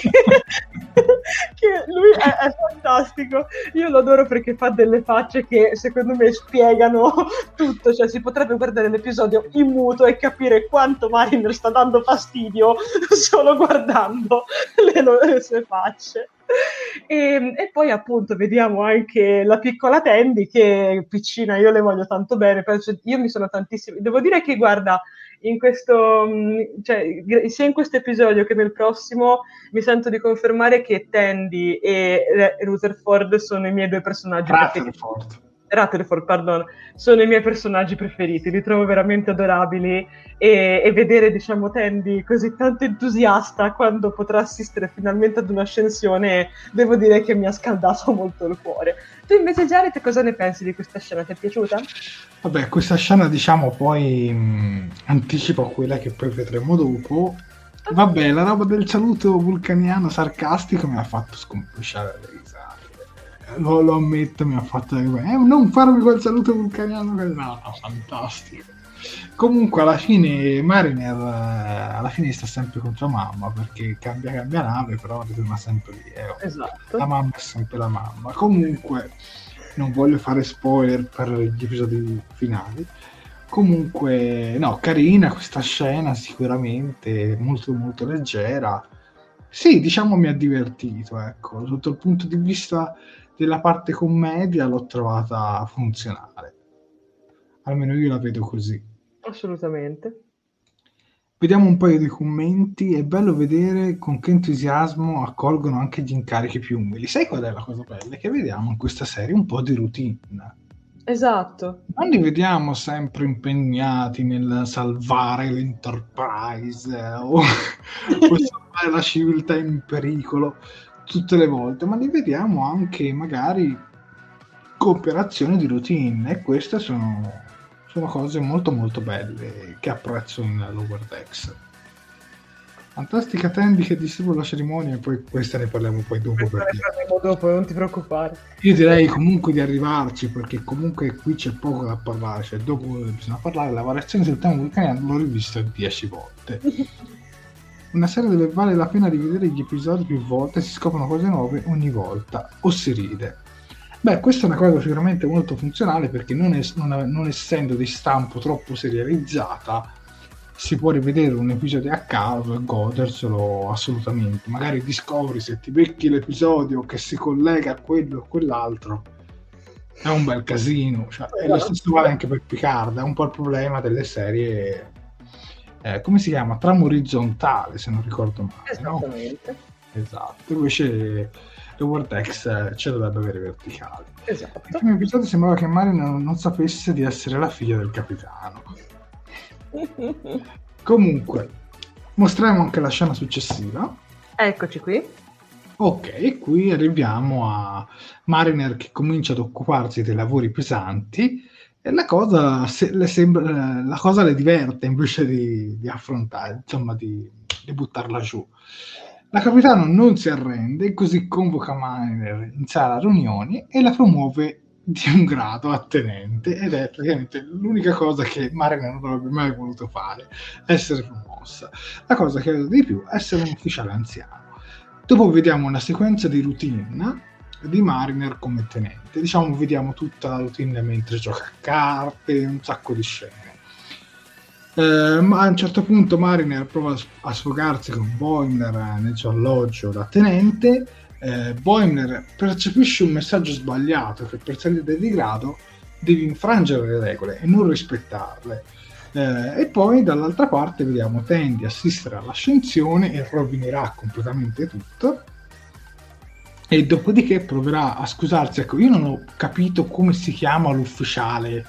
che lui è fantastico, io lo adoro perché fa delle facce che secondo me spiegano tutto, cioè si potrebbe guardare l'episodio in muto e capire quanto Mariner sta dando fastidio solo guardando le sue facce. E poi appunto vediamo anche la piccola Tandy, che piccina, io le voglio tanto bene, io mi sono tantissimo, devo dire che guarda, in questo, cioè, sia in questo episodio che nel prossimo mi sento di confermare che Tandy e Rutherford sono i miei due personaggi preferiti. Rutherford, pardon, sono i miei personaggi preferiti, li trovo veramente adorabili e vedere, diciamo, Tandy così tanto entusiasta quando potrà assistere finalmente ad un'ascensione, devo dire che mi ha scaldato molto il cuore. Tu invece, Jared, cosa ne pensi di questa scena? Ti è piaciuta? Vabbè, questa scena, diciamo, poi anticipa quella che poi vedremo dopo. Vabbè, la roba del saluto vulcaniano sarcastico mi ha fatto scompisciare le risate. Lo ammetto, mi ha fatto non farmi quel saluto vulcaniano, no, fantastico. Comunque alla fine Mariner alla fine sta sempre contro mamma, perché cambia nave, però ritorna sempre lì. Esatto. La mamma è sempre la mamma. Comunque non voglio fare spoiler per gli episodi finali. Comunque no, carina questa scena, sicuramente molto molto leggera. Sì, diciamo mi ha divertito, ecco, sotto il punto di vista della parte commedia l'ho trovata funzionale. Almeno io la vedo così. Assolutamente. Vediamo un paio di commenti. È bello vedere con che entusiasmo accolgono anche gli incarichi più umili. Sai qual è la cosa bella? Che vediamo in questa serie un po' di routine. Esatto. Non li vediamo sempre impegnati nel salvare l'Enterprise o salvare la civiltà in pericolo tutte le volte, ma li vediamo anche magari cooperazioni di routine, e queste sono cose molto molto belle che apprezzo in Lower Decks. Fantastica Tandy che distribuisce la cerimonia, e poi questa ne parliamo poi dopo. Ne parliamo dopo, non ti preoccupare. Io direi comunque di arrivarci, perché comunque qui c'è poco da parlare, cioè dopo bisogna parlare. La variazione sul tema vulcaniano l'ho rivista 10 volte. Una serie dove vale la pena rivedere gli episodi più volte, si scoprono cose nuove ogni volta, o si ride. Beh, questa è una cosa sicuramente molto funzionale, perché non essendo di stampo troppo serializzata, si può rivedere un episodio a caso e goderselo assolutamente. Magari discopri, se ti becchi l'episodio che si collega a quello o quell'altro, è un bel casino. Cioè, e lo stesso vale anche per Picard. È un po' il problema delle serie, come si chiama? Trama orizzontale, se non ricordo male. Esattamente. No? Esatto. Invece Lower Decks ce dovrebbe avere verticale. Esatto. Nel primo episodio sembrava che Mariner non sapesse di essere la figlia del capitano. Comunque mostriamo anche la scena successiva. Eccoci qui. Ok, qui arriviamo a Mariner che comincia ad occuparsi dei lavori pesanti, e la cosa le diverte invece di affrontare, insomma di buttarla giù. La capitano non si arrende, così convoca Mariner in sala riunioni e la promuove di un grado a tenente, ed è praticamente l'unica cosa che Mariner non avrebbe mai voluto fare, essere promossa. La cosa che vedo di più è essere un ufficiale anziano. Dopo vediamo una sequenza di routine di Mariner come tenente, diciamo vediamo tutta la routine mentre gioca a carte, un sacco di scene. Ma a un certo punto Mariner prova a sfogarsi con Boimler nel suo alloggio da tenente. Boimler percepisce un messaggio sbagliato, che per salire di grado devi infrangere le regole e non rispettarle. E poi dall'altra parte vediamo Tandy assistere all'ascensione e rovinerà completamente tutto, e dopodiché proverà a scusarsi. Ecco, io non ho capito come si chiama l'ufficiale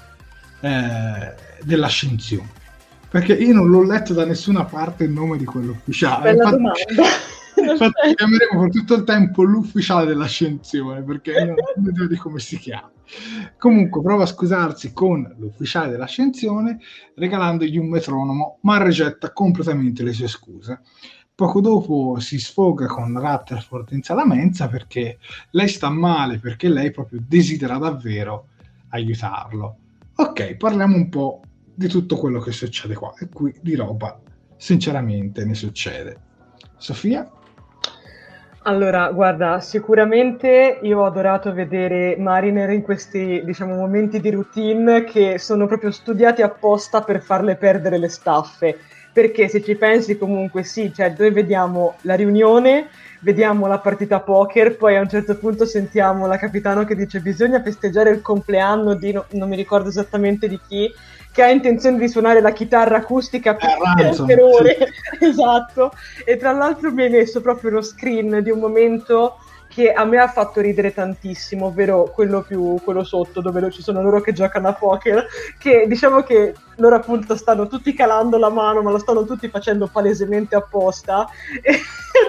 dell'ascensione, perché io non l'ho letto da nessuna parte il nome di quell'ufficiale. Bella domanda. Infatti chiameremo per tutto il tempo l'ufficiale dell'ascensione, perché non ho idea di come si chiama. Comunque prova a scusarsi con l'ufficiale dell'ascensione regalandogli un metronomo, ma rigetta completamente le sue scuse. Poco dopo si sfoga con Rutherford in sala mensa, perché lei sta male, perché lei proprio desidera davvero aiutarlo. Ok, parliamo un po' di tutto quello che succede qua, e qui di roba sinceramente ne succede. Sofia? Allora, guarda, sicuramente io ho adorato vedere Mariner in questi, diciamo, momenti di routine che sono proprio studiati apposta per farle perdere le staffe, perché se ci pensi comunque sì, cioè noi vediamo la riunione, vediamo la partita poker, poi a un certo punto sentiamo la capitano che dice bisogna festeggiare il compleanno di, non mi ricordo esattamente di chi, che ha intenzione di suonare la chitarra acustica per ore, sì. Esatto, e tra l'altro mi hai messo proprio uno screen di un momento che a me ha fatto ridere tantissimo, ovvero quello sotto, dove ci sono loro che giocano a poker, che diciamo che loro appunto stanno tutti calando la mano, ma lo stanno tutti facendo palesemente apposta, e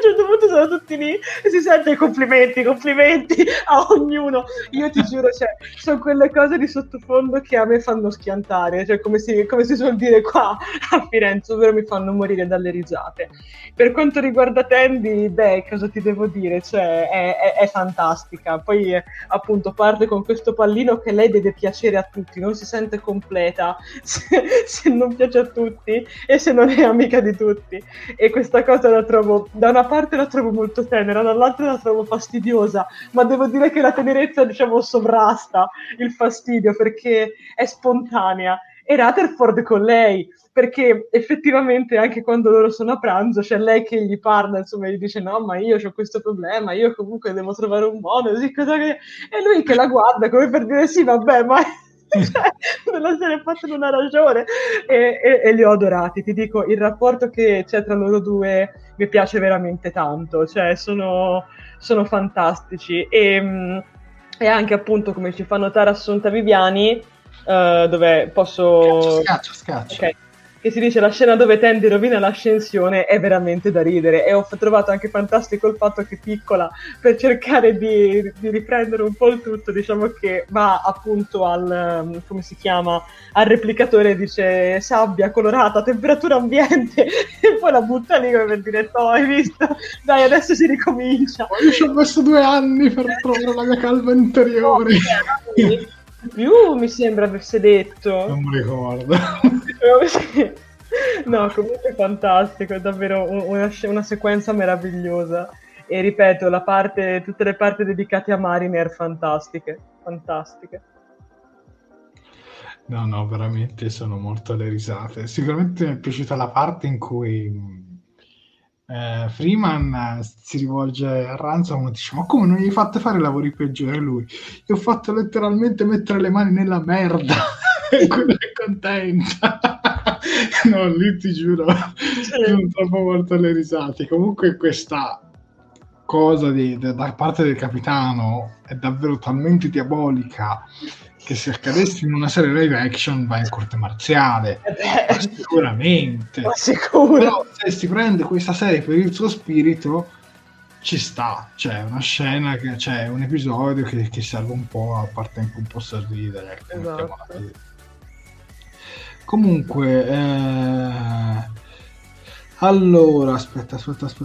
certo punto sono tutti lì e si sente i complimenti a ognuno. Io ti giuro, cioè, sono quelle cose di sottofondo che a me fanno schiantare, cioè come si suol dire qua a Firenze, ovvero mi fanno morire dalle risate. Per quanto riguarda Tandy, beh, cosa ti devo dire? Cioè, è fantastica. Poi appunto parte con questo pallino che lei deve piacere a tutti, non si sente completa se non piace a tutti e se non è amica di tutti. E questa cosa la trovo, da una parte la trovo molto tenera, dall'altra la trovo fastidiosa, ma devo dire che la tenerezza, diciamo, sovrasta il fastidio perché è spontanea. E Rutherford con lei, perché effettivamente anche quando loro sono a pranzo c'è lei che gli parla, insomma, gli dice no, ma io ho questo problema, io comunque devo trovare un modo, sì, cosa che... e lui che la guarda come per dire sì, vabbè, ma cioè, non se ne fatto non ha ragione, e li ho adorati, ti dico, il rapporto che c'è tra loro due mi piace veramente tanto, cioè sono fantastici, e anche appunto come ci fa notare Assunta Viviani, dove posso... Scaccia. Okay. Che si dice la scena dove Tandy rovina l'ascensione è veramente da ridere, e ho trovato anche fantastico il fatto che Piccola, per cercare di riprendere un po' il tutto, diciamo che va appunto al, come si chiama, al replicatore e dice sabbia colorata, temperatura ambiente, e poi la butta lì come per dire no, hai visto? Dai, adesso si ricomincia. Io ci ho messo 2 anni per trovare la mia calma interiore. Più mi sembra avesse detto. Non mi ricordo. No, comunque è fantastico, è davvero una sequenza meravigliosa. E ripeto, tutte le parti dedicate a Mariner fantastiche. No, veramente sono morto alle risate. Sicuramente mi è piaciuta la parte in cui Freeman si rivolge a Ransom e dice ma come non gli hai fatto fare lavori peggiori? Lui, gli ho fatto letteralmente mettere le mani nella merda e quello è contenta. No, lì ti giuro, sono troppo morto alle risate. Comunque questa cosa da parte del capitano è davvero talmente diabolica che se accadesse in una serie live action va in corte marziale, sicuramente. Ma sicuro. Però se si prende questa serie per il suo spirito ci sta, c'è una scena c'è un episodio che serve un po', a parte anche un po' sorridere, ecco, esatto. Comunque allora aspetta,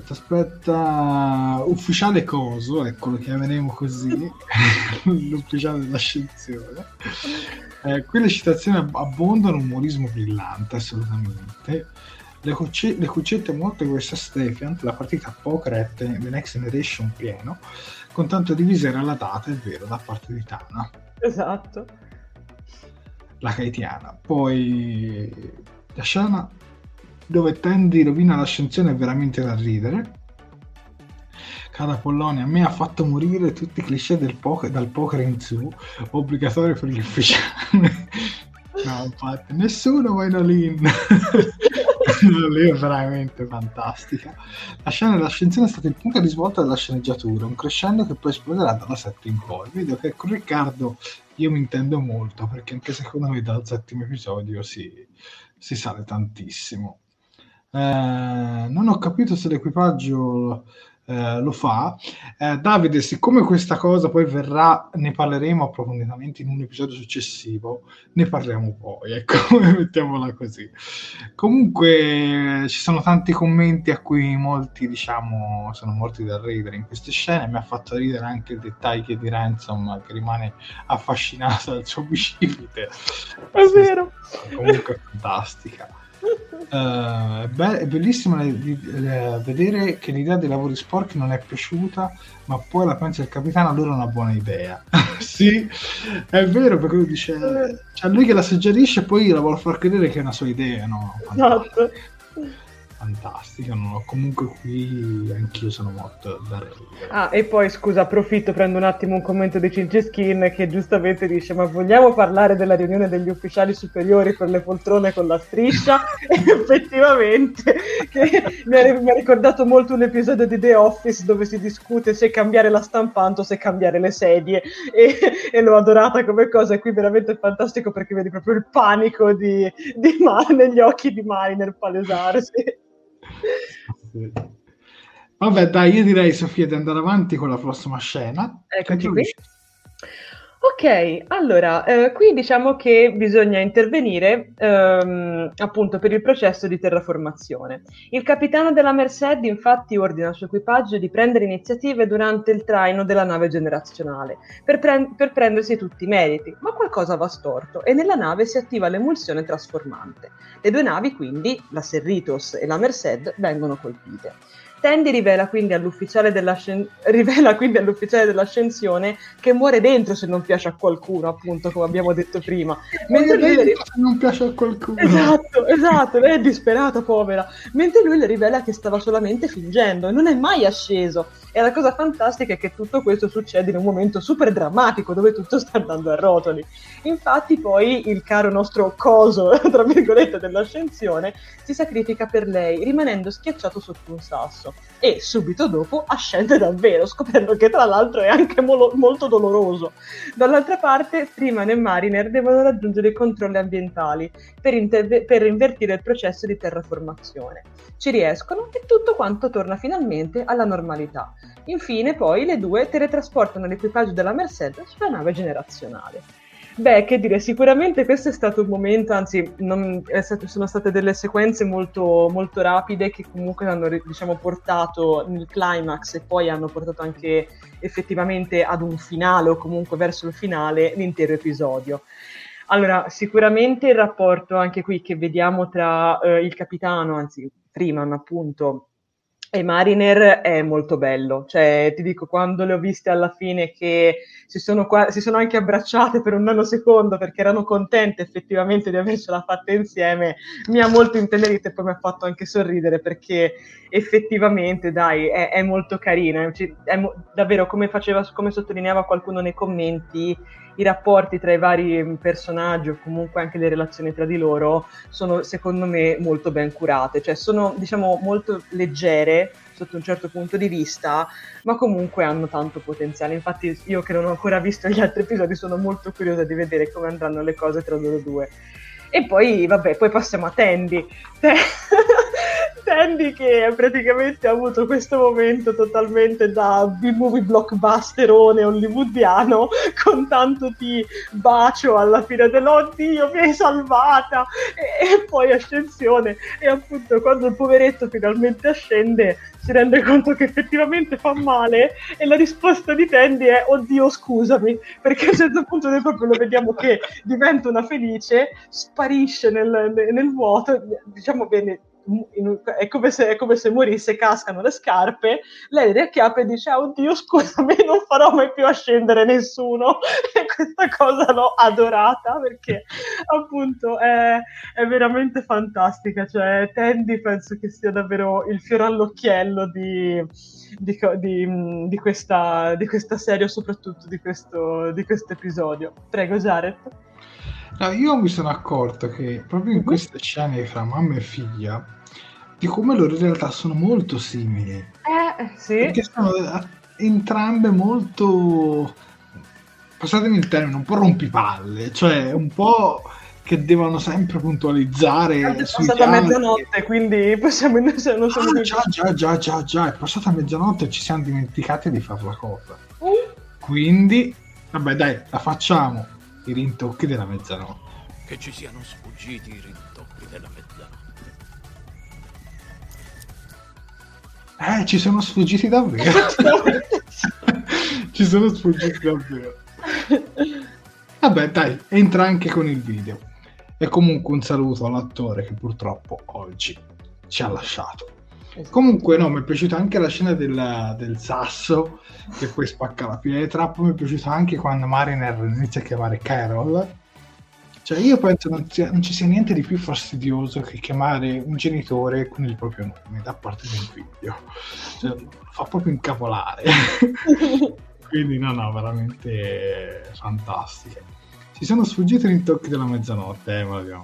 ufficiale coso, ecco, lo chiameremo così. L'ufficiale dell'ascensione. Qui le citazioni abbondano, umorismo brillante, assolutamente. Le cuccette molte questa Stefan, la partita poker è The Next Generation pieno, con tanto di visera alla data, è vero, da parte di Tana. Esatto. La Kaitiana. Poi la scena dove Tandy rovina l'ascensione è veramente da ridere. Cara Pollonia, a me ha fatto morire tutti i cliché dal poker in su, obbligatorio per gli ufficiali. No, infatti, nessuno va in all-in. Lì è veramente fantastica. La scena dell'ascensione è stata il punto di svolta della sceneggiatura, un crescendo che poi esploderà dalla 7 in poi. Vedo che con Riccardo io mi intendo molto, perché anche secondo me dal 7° episodio si sale tantissimo. Non ho capito se l'equipaggio lo fa. Davide, siccome questa cosa poi verrà, ne parleremo approfonditamente in un episodio successivo, ne parliamo poi, ecco, mettiamola così. Comunque ci sono tanti commenti a cui molti, diciamo, sono morti dal ridere in queste scene. Mi ha fatto ridere anche il dettaglio di Ransom che rimane affascinato dal suo bicipite. È vero. Comunque è fantastica. È bellissimo vedere che l'idea dei lavori sporchi non è piaciuta, ma poi la pensa il capitano, allora è una buona idea. Sì, è vero, perché lui dice c'è lui che la suggerisce e poi la vuole far credere che è una sua idea, no? Esatto. Fantastico, no? Comunque qui anch'io sono morto da ridere. E poi scusa, approfitto, prendo un attimo un commento di Cinciskin che giustamente dice ma vogliamo parlare della riunione degli ufficiali superiori per le poltrone con la striscia? E effettivamente che mi ha ricordato molto un episodio di The Office dove si discute se cambiare la stampante o se cambiare le sedie, e l'ho adorata come cosa, e qui veramente è fantastico perché vedi proprio il panico negli occhi di Mariner palesarsi. Sì. Vabbè, dai, io direi, Sofia, di andare avanti con la prossima scena. Eccoci qui. Ok, allora, qui diciamo che bisogna intervenire appunto per il processo di terraformazione. Il capitano della Merced infatti ordina al suo equipaggio di prendere iniziative durante il traino della nave generazionale per prendersi tutti i meriti, ma qualcosa va storto e nella nave si attiva l'emulsione trasformante. Le due navi quindi, la Cerritos e la Merced, vengono colpite. Tandy rivela quindi all'ufficiale dell'ascensione che muore dentro se non piace a qualcuno, appunto, come abbiamo detto prima. Mentre lui se non piace a qualcuno. Esatto, lei è disperata, povera. Mentre lui le rivela che stava solamente fingendo e non è mai asceso. E la cosa fantastica è che tutto questo succede in un momento super drammatico dove tutto sta andando a rotoli. Infatti poi il caro nostro coso, tra virgolette, dell'ascensione si sacrifica per lei, rimanendo schiacciato sotto un sasso. E subito dopo ascende davvero, scoprendo che tra l'altro è anche molto doloroso. Dall'altra parte, Freeman e Mariner devono raggiungere i controlli ambientali per invertire il processo di terraformazione. Ci riescono e tutto quanto torna finalmente alla normalità. Infine poi le due teletrasportano l'equipaggio della Merced sulla nave generazionale. Beh, che dire, sicuramente questo è stato un momento, anzi sono state delle sequenze molto, molto rapide che comunque hanno, diciamo, portato nel climax e poi hanno portato anche effettivamente ad un finale o comunque verso il finale l'intero episodio. Allora, sicuramente il rapporto anche qui che vediamo tra il capitano, anzi Freeman appunto, e Mariner è molto bello, cioè ti dico, quando le ho viste alla fine che si sono anche abbracciate per un nanosecondo perché erano contente effettivamente di avercela fatta insieme, mi ha molto intenerito e poi mi ha fatto anche sorridere perché effettivamente dai, è molto carina, davvero come sottolineava qualcuno nei commenti, i rapporti tra i vari personaggi o comunque anche le relazioni tra di loro sono secondo me molto ben curate, cioè sono diciamo molto leggere sotto un certo punto di vista, ma comunque hanno tanto potenziale. Infatti io che non ho ancora visto gli altri episodi sono molto curiosa di vedere come andranno le cose tra loro due. E poi vabbè, poi passiamo a Tandy. Tandy che praticamente ha avuto questo momento totalmente da B-movie blockbusterone hollywoodiano con tanto di bacio alla fine dell'oddio mi hai salvata e poi ascensione e appunto quando il poveretto finalmente ascende si rende conto che effettivamente fa male e la risposta di Tandy è oddio scusami, perché a un certo punto noi proprio lo vediamo che diventa una felice, sparisce nel vuoto, diciamo bene, è come se morisse, cascano le scarpe, lei riacchiappa e dice oddio scusami, non farò mai più ascendere nessuno e questa cosa l'ho adorata perché appunto è veramente fantastica, cioè Tandy penso che sia davvero il fiore all'occhiello di questa serie, soprattutto di questo episodio. Prego Jared. No, io mi sono accorto che proprio in queste scene fra mamma e figlia di come loro in realtà sono molto simili. Sì. Perché sono entrambe molto, passatemi il termine, un po' rompipalle, cioè un po' che devono sempre puntualizzare. È passata mezzanotte, quindi possiamo non siamo già, è passata mezzanotte e ci siamo dimenticati di fare la cosa. Quindi, vabbè dai, la facciamo, i rintocchi della mezzanotte. Che ci siano sfuggiti i rintocchi della mezzanotte. Ci sono sfuggiti davvero. Ci sono sfuggiti davvero. Vabbè dai, entra anche con il video. E comunque un saluto all'attore che purtroppo oggi ci ha lasciato. Comunque no, mi è piaciuta anche la scena del sasso che poi spacca la pietra. Poi mi è piaciuta anche quando Mariner inizia a chiamare Carol. Cioè io penso non ci sia niente di più fastidioso che chiamare un genitore con il proprio nome da parte di un figlio. Cioè, fa proprio incavolare. Quindi no, veramente fantastiche. Ci sono sfuggiti i rintocchi della mezzanotte, ma l'abbiamo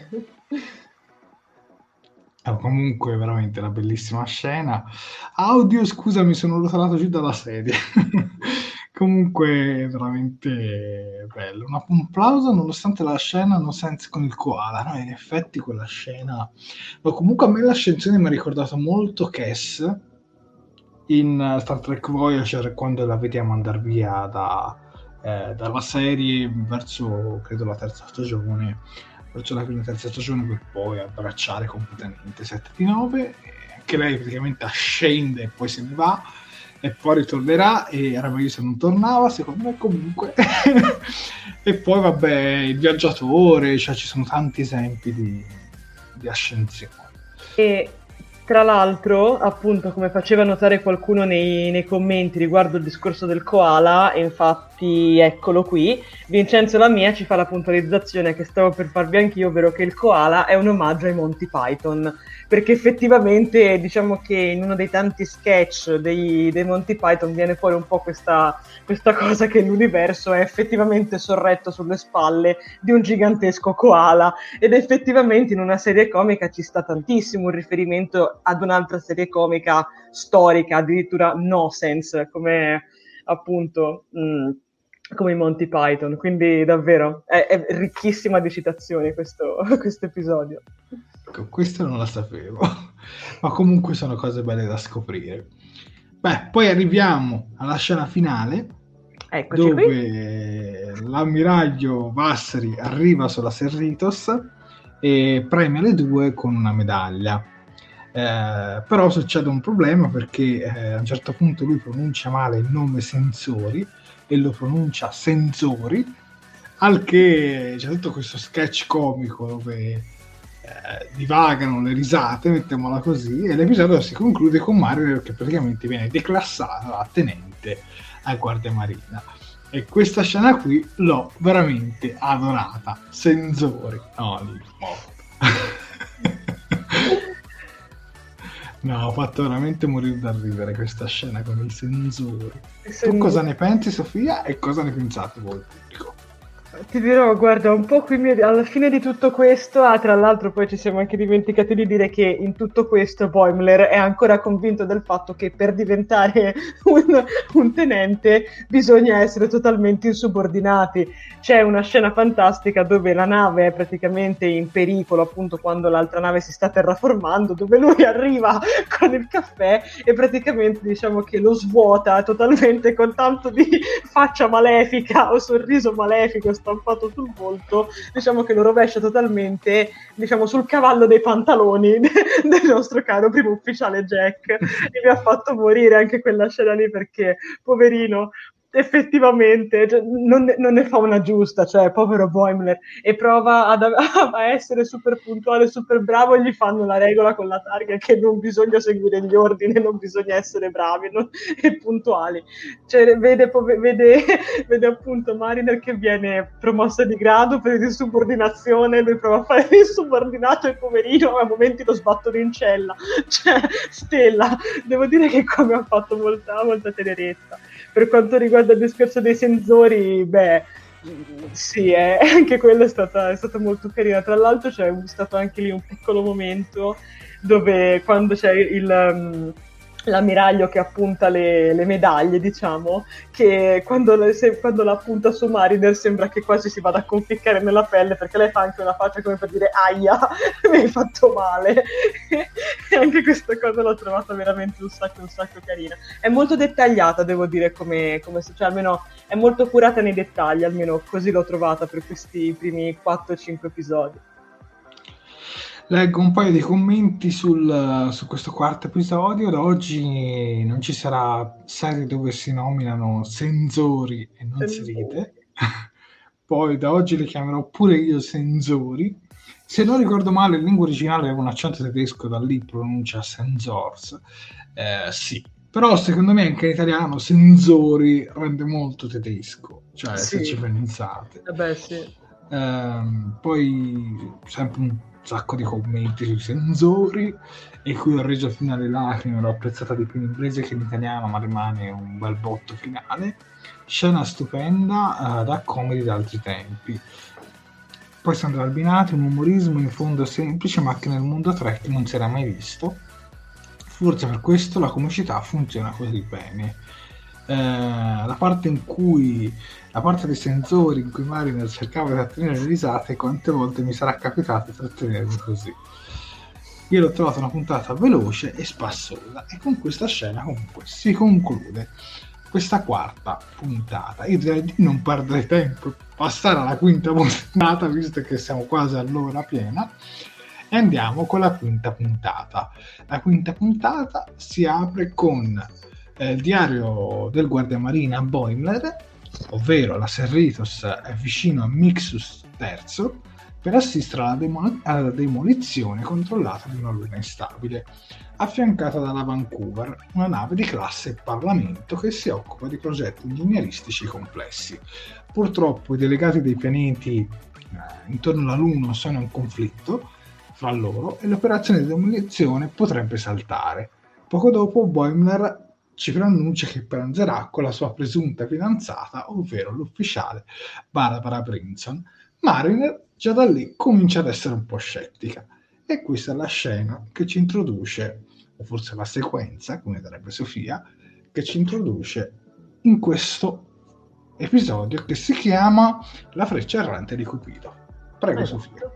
comunque veramente una bellissima scena. Audio, scusa, mi sono rotolato giù dalla sedia. Comunque veramente bello, un applauso nonostante la scena no sense con il koala, no? In effetti quella scena, ma comunque a me l'ascensione mi ha ricordato molto Cass, in Star Trek Voyager, quando la vediamo andare via dalla serie verso, credo, la terza stagione, verso la fine terza stagione, per poi abbracciare completamente 7 di 9. Anche lei praticamente ascende e poi se ne va e poi ritornerà, e era meglio se non tornava, secondo me, comunque. E poi vabbè, il viaggiatore, cioè ci sono tanti esempi di ascensione. E tra l'altro, appunto, come faceva notare qualcuno nei commenti riguardo il discorso del koala, e infatti eccolo qui, Vincenzo Lamia ci fa la puntualizzazione che stavo per farvi anch'io, ovvero che il koala è un omaggio ai Monty Python, perché effettivamente diciamo che in uno dei tanti sketch dei Monty Python viene fuori un po' questa cosa che l'universo è effettivamente sorretto sulle spalle di un gigantesco koala, ed effettivamente in una serie comica ci sta tantissimo un riferimento ad un'altra serie comica storica, addirittura no sense, come appunto come i Monty Python, quindi davvero è ricchissima di citazioni questo episodio. Questo non la sapevo, ma comunque sono cose belle da scoprire. Beh, poi arriviamo alla scena finale. Eccoci dove qui. L'ammiraglio Vassari arriva sulla Cerritos e premia le due con una medaglia. Però succede un problema, perché a un certo punto lui pronuncia male il nome Sensori e lo pronuncia Senzori, al che c'è tutto questo sketch comico dove divagano le risate, mettiamola così, e l'episodio si conclude con Mario che praticamente viene declassato a tenente a Guardia Marina. E questa scena qui l'ho veramente adorata. Senzori, no, ho fatto veramente morire da ridere questa scena con i sensori. Tu cosa ne pensi, Sofia, e cosa ne pensate voi, pubblico? Ti dirò, guarda, un po' qui alla fine di tutto questo, tra l'altro poi ci siamo anche dimenticati di dire che in tutto questo Boimler è ancora convinto del fatto che per diventare un tenente bisogna essere totalmente insubordinati. C'è una scena fantastica dove la nave è praticamente in pericolo, appunto quando l'altra nave si sta terraformando, dove lui arriva con il caffè e praticamente diciamo che lo svuota totalmente con tanto di faccia malefica o sorriso malefico stampato sul volto, diciamo che lo rovescia totalmente, diciamo, sul cavallo dei pantaloni del nostro caro primo ufficiale Jack, e mi ha fatto morire anche quella scena lì, perché poverino effettivamente non ne fa una giusta, cioè povero Boimler, e prova a essere super puntuale, super bravo, e gli fanno la regola con la targa che non bisogna seguire gli ordini, non bisogna essere bravi e puntuali, cioè vede appunto Mariner che viene promossa di grado per insubordinazione, lui prova a fare l'insubordinato e poverino a momenti lo sbattono in cella, cioè Stella, devo dire che come ha fatto molta tenerezza. Per quanto riguarda il discorso dei sensori, beh, sì, anche quello è stata molto carina. Tra l'altro c'è stato anche lì un piccolo momento dove quando c'è l'ammiraglio che appunta le medaglie, diciamo, che quando la appunta su Mariner sembra che quasi si vada a conficcare nella pelle, perché lei fa anche una faccia come per dire aia, mi hai fatto male. E anche questa cosa l'ho trovata veramente un sacco carina. È molto dettagliata, devo dire, come cioè almeno è molto curata nei dettagli, almeno così l'ho trovata per questi primi 4-5 episodi. Leggo un paio di commenti su questo quarto episodio. Da oggi non ci sarà serie dove si nominano Senzori e non si ride. Poi da oggi le chiamerò pure io Senzori. Se non ricordo male, in lingua originale aveva un accento tedesco, da lì pronuncia Sensors. Sì, però secondo me anche in italiano Senzori rende molto tedesco, cioè sì, se ci pensate. Vabbè, sì. Poi sempre un sacco di commenti sui sensori, e qui ho reso fino alle lacrime, l'ho apprezzata di più in inglese che in italiano, ma rimane un bel botto finale. Scena stupenda, da comedy d'altri tempi. Poi Sandra Albinati, un umorismo in fondo semplice ma che nel mondo Trek non si era mai visto, forse per questo la comicità funziona così bene. La parte dei sensori in cui Mariner cercava di trattenere le risate, quante volte mi sarà capitato di trattenermi così. Io l'ho trovata una puntata veloce e spassosa, e con questa scena comunque si conclude questa quarta puntata. Io direi di non perdere tempo, passare alla quinta puntata, visto che siamo quasi all'ora piena, e andiamo con la quinta puntata. La quinta puntata si apre con il diario del guardiamarina Boimler, ovvero la Serritos è vicino a Mixus III per assistere alla demolizione controllata di una luna instabile, affiancata dalla Vancouver, una nave di classe Parlamento che si occupa di progetti ingegneristici complessi. Purtroppo i delegati dei pianeti intorno alla Luna sono in conflitto fra loro e l'operazione di demolizione potrebbe saltare. Poco dopo Boimler ci preannuncia che pranzerà con la sua presunta fidanzata, ovvero l'ufficiale Barbara Brinson. Mariner già da lì comincia ad essere un po' scettica, e questa è la scena che ci introduce, o forse la sequenza, come direbbe Sofia, che ci introduce in questo episodio che si chiama La freccia errante di Cupido. Prego, Sofia.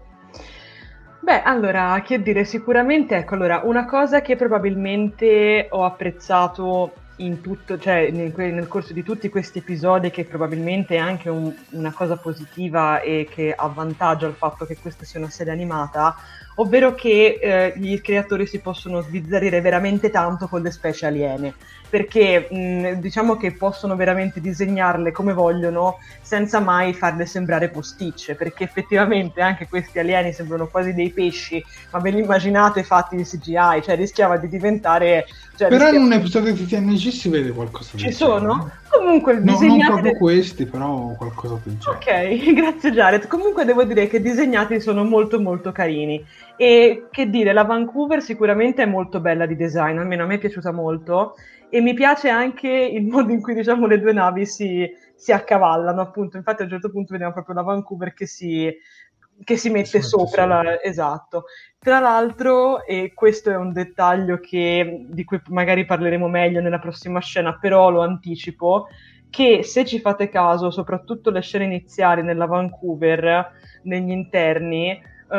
Beh, allora, che dire, sicuramente, ecco, allora, una cosa che probabilmente ho apprezzato in tutto, cioè nel corso di tutti questi episodi, che probabilmente è anche una cosa positiva e che avvantaggia il fatto che questa sia una serie animata, ovvero che gli creatori si possono sbizzarrire veramente tanto con le specie aliene, perché diciamo che possono veramente disegnarle come vogliono senza mai farle sembrare posticce, perché effettivamente anche questi alieni sembrano quasi dei pesci, ma ve li immaginate fatti di CGI, cioè rischiava di diventare... Cioè, però in un episodio di TNG si vede qualcosa del genere. Ci sono? Comunque non proprio questi, però qualcosa del genere. Ok, grazie Jared. Comunque devo dire che disegnati sono molto molto carini, e che dire, la Vancouver sicuramente è molto bella di design, almeno a me è piaciuta molto, e mi piace anche il modo in cui, diciamo, le due navi si accavallano, appunto. Infatti a un certo punto vediamo proprio la Vancouver che si mette sopra. Esatto. Tra l'altro, e questo è un dettaglio di cui magari parleremo meglio nella prossima scena, però lo anticipo, che se ci fate caso, soprattutto le scene iniziali nella Vancouver, negli interni,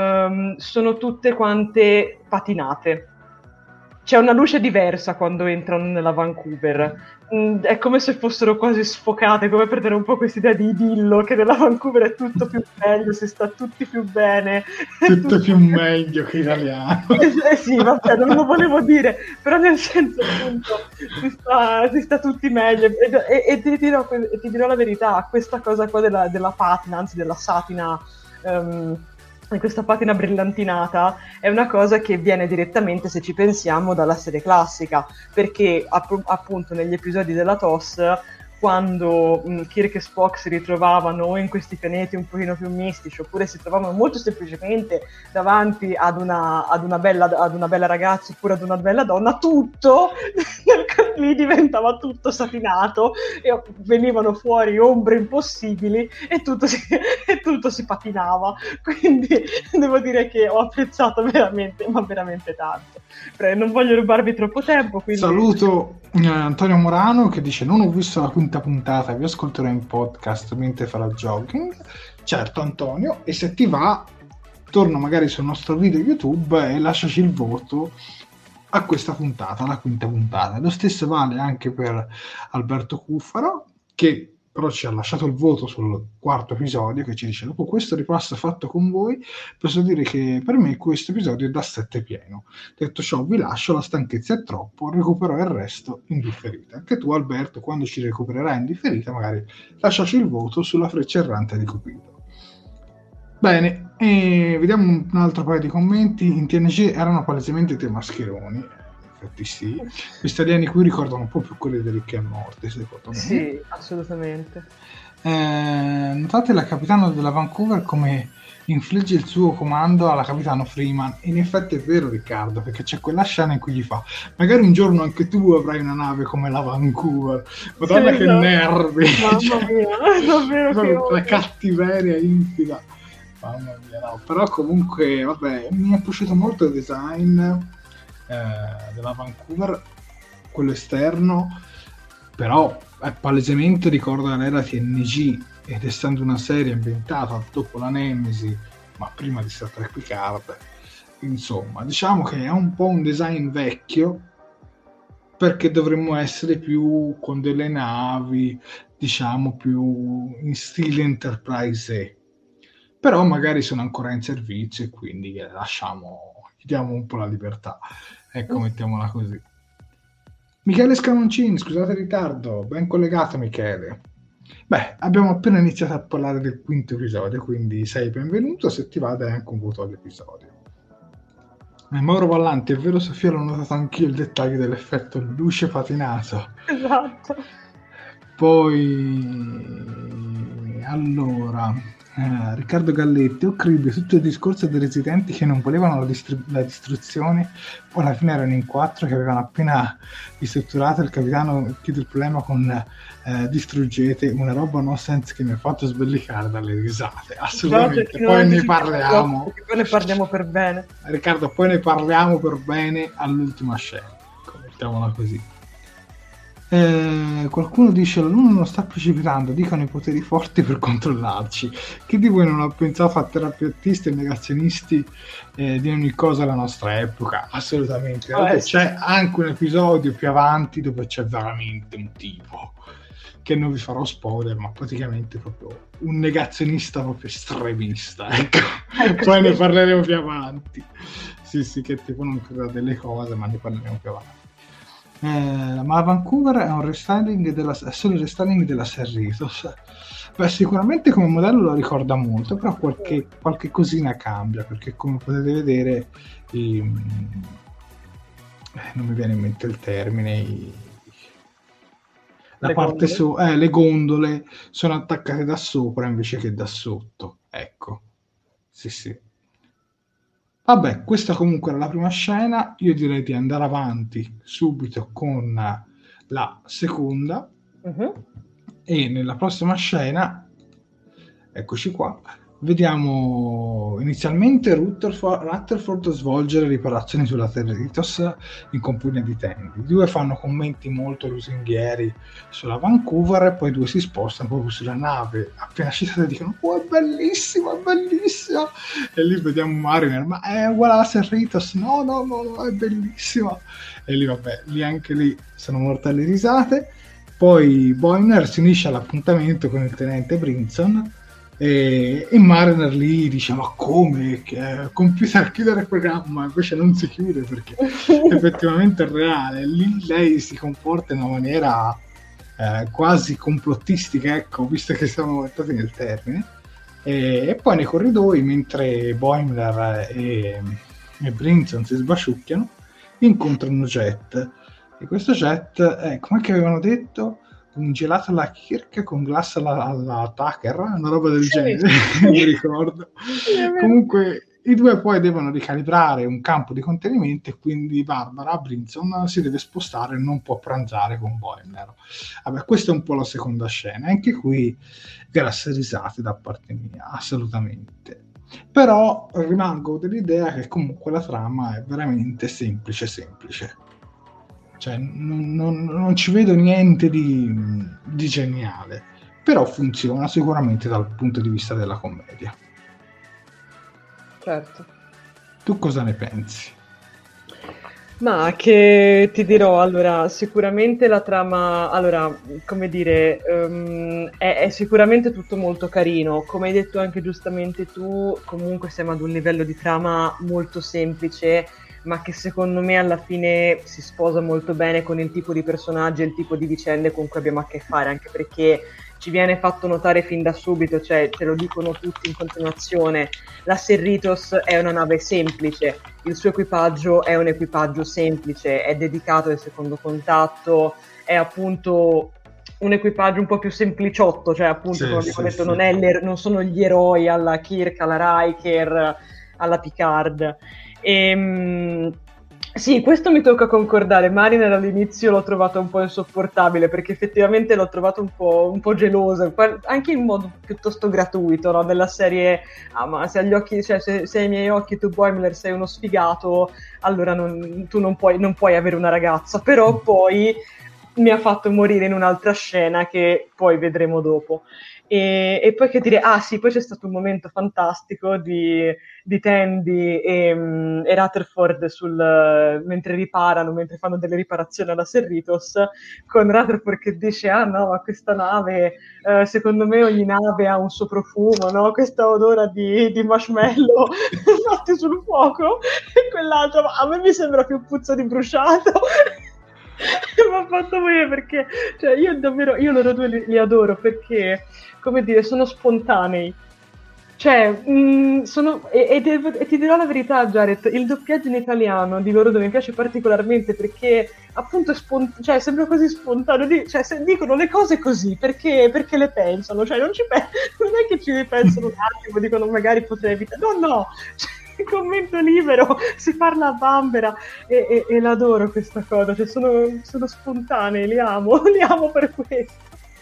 sono tutte quante patinate. C'è una luce diversa quando entrano nella Vancouver. È come se fossero quasi sfocate, come per dare un po' questa idea di idillo, che nella Vancouver è tutto più meglio, si sta tutti più bene. Tutto più meglio che italiano. Sì, vabbè, non lo volevo dire, però nel senso, appunto, si sta tutti meglio. E ti dirò la verità, questa cosa qua della patina, anzi della satina, questa patina brillantinata, è una cosa che viene direttamente, se ci pensiamo, dalla serie classica, perché appunto negli episodi della TOS, quando Kirk e Spock si ritrovavano in questi pianeti un pochino più mistici, oppure si trovavano molto semplicemente davanti ad una bella ragazza oppure ad una bella donna, tutto lì diventava tutto satinato e venivano fuori ombre impossibili e tutto si patinava. Quindi devo dire che ho apprezzato veramente, ma veramente tanto. Non voglio rubarvi troppo tempo, quindi... Saluto Antonio Morano che dice: non ho visto la quinta puntata, vi ascolterò in podcast mentre farò jogging. Certo, Antonio, e se ti va torna magari sul nostro video YouTube e lasciaci il voto a questa puntata, la quinta puntata. Lo stesso vale anche per Alberto Cuffaro, che però ci ha lasciato il voto sul quarto episodio, che ci dice: dopo questo ripasso fatto con voi, posso dire che per me questo episodio è da 7 pieno. Detto ciò, vi lascio, la stanchezza è troppo, recuperò il resto in differita. Anche tu, Alberto, quando ci recupererai in differita, magari lasciaci il voto sulla freccia errante di Cupido. Bene, e vediamo un altro paio di commenti. In TNG erano palesemente dei mascheroni. Infatti sì, questi alieni qui ricordano un po' più quelli di Rick e Morty, secondo me. Sì, assolutamente. Notate la capitano della Vancouver come infligge il suo comando alla capitano Freeman. In effetti è vero, Riccardo, perché c'è quella scena in cui gli fa: magari un giorno anche tu avrai una nave come la Vancouver. Madonna, sì, che nervi! Mamma mia, davvero la cattiveria infida. Mamma mia, no. Però comunque, vabbè, mi è piaciuto molto il design della Vancouver, quello esterno, però palesemente ricorda l'era TNG, ed essendo una serie ambientata dopo la Nemesi ma prima di Star Trek Picard, insomma, diciamo che è un po' un design vecchio, perché dovremmo essere più con delle navi, diciamo, più in stile Enterprise, però magari sono ancora in servizio e quindi gli diamo un po' la libertà, ecco, mettiamola così. Michele Scamoncini, scusate il ritardo, ben collegato Michele. Beh, abbiamo appena iniziato a parlare del quinto episodio, quindi sei benvenuto, se ti va dai anche un voto all'episodio. Mauro Vallanti, è vero Sofia, l'ho notato anch'io il dettaglio dell'effetto luce patinato. Esatto. Poi, allora, Riccardo Galletti, ho credo tutto il discorso dei residenti che non volevano la distruzione, poi alla fine erano in 4 che avevano appena ristrutturato, il capitano chiude il problema con distruggete, una roba no sense che mi ha fatto sbellicare dalle risate, assolutamente. Poi ne parliamo, poi ne parliamo per bene, Riccardo, poi ne parliamo per bene all'ultima scena, mettiamola così. Qualcuno dice l'alunno non sta precipitando, dicono i poteri forti per controllarci. Chi di voi non ha pensato a terapeutisti e negazionisti di ogni cosa alla nostra epoca? Assolutamente. C'è anche un episodio più avanti dove c'è veramente un tipo che non vi farò spoiler, ma praticamente proprio un negazionista proprio estremista, ecco. Poi ne parleremo più avanti. Sì, che tipo non creda delle cose, ma ne parleremo più avanti. Ma Vancouver è un restyling è solo il restyling della Cerritos. Beh, sicuramente come modello lo ricorda molto, però qualche cosina cambia, perché come potete vedere non mi viene in mente il termine, le gondole sono attaccate da sopra invece che da sotto, ecco. Sì. Vabbè, questa comunque era la prima scena, io direi di andare avanti subito con la seconda. E nella prossima scena, eccoci qua, vediamo inizialmente Rutherford svolgere riparazioni sulla Cerritos in compagnia di Tandy. I due fanno commenti molto lusinghieri sulla Vancouver e poi i due si spostano proprio sulla nave appena citata e dicono è bellissima, e lì vediamo Mariner, ma è uguale alla Cerritos? No, è bellissima, e lì vabbè, anche lì sono morte alle risate. Poi Boimler si unisce all'appuntamento con il tenente Brinson e Mariner lì dice ma come computer chiudere il programma, invece non si chiude perché effettivamente è reale. Lì lei si comporta in una maniera quasi complottistica, ecco, visto che siamo entrati nel termine, e poi nei corridoi mentre Boimler e Brinson si sbasciucchiano incontrano Jet, e questo Jet com'è che avevano detto? Un gelato alla Kirk con glass alla Tucker, una roba del genere, mi ricordo. Comunque i due poi devono ricalibrare un campo di contenimento e quindi Barbara Brinson si deve spostare e non può pranzare con Boimler. Vabbè, questa è un po' la seconda scena, anche qui grasse risate da parte mia, assolutamente. Però rimango dell'idea che comunque la trama è veramente semplice. Cioè, non ci vedo niente di geniale, però funziona sicuramente dal punto di vista della commedia. Certo. Tu cosa ne pensi? Ma che ti dirò, allora, sicuramente la trama, allora, come dire, è sicuramente tutto molto carino, come hai detto anche giustamente tu, comunque siamo ad un livello di trama molto semplice, ma che secondo me alla fine si sposa molto bene con il tipo di personaggi e il tipo di vicende con cui abbiamo a che fare, anche perché ci viene fatto notare fin da subito, cioè te lo dicono tutti in continuazione, la Cerritos è una nave semplice, il suo equipaggio è un equipaggio semplice, è dedicato al secondo contatto, è appunto un equipaggio un po' più sempliciotto, cioè appunto come abbiamo detto non sono gli eroi alla Kirk, alla Riker, alla Picard. Sì, questo mi tocca concordare. Mariner all'inizio l'ho trovato un po' insopportabile perché effettivamente l'ho trovato un po' geloso, anche in modo piuttosto gratuito, no? Della serie ma se agli occhi, cioè se ai miei occhi tu Boimler sei uno sfigato, allora tu non puoi avere una ragazza. Però poi mi ha fatto morire in un'altra scena che poi vedremo dopo. E poi che dire, sì, poi c'è stato un momento fantastico di Tandy e Rutherford mentre riparano, mentre fanno delle riparazioni alla Cerritos, con Rutherford che dice, no, ma questa nave, secondo me ogni nave ha un suo profumo, no? Questa odora di marshmallow fatti sul fuoco, e quell'altro, ma a me mi sembra più puzza di bruciato. Mi ha fatto morire perché, cioè, io loro due li adoro perché, come dire, sono spontanei. Cioè, e ti dirò la verità, Jared, il doppiaggio in italiano di loro due mi piace particolarmente perché appunto cioè, sembra così spontaneo, cioè se dicono le cose così perché le pensano, cioè non è che ci ripensano un attimo, dicono magari potrei evitare, no, cioè, commento libero, si parla a bambera e l'adoro questa cosa, cioè sono spontanei, li amo per questo.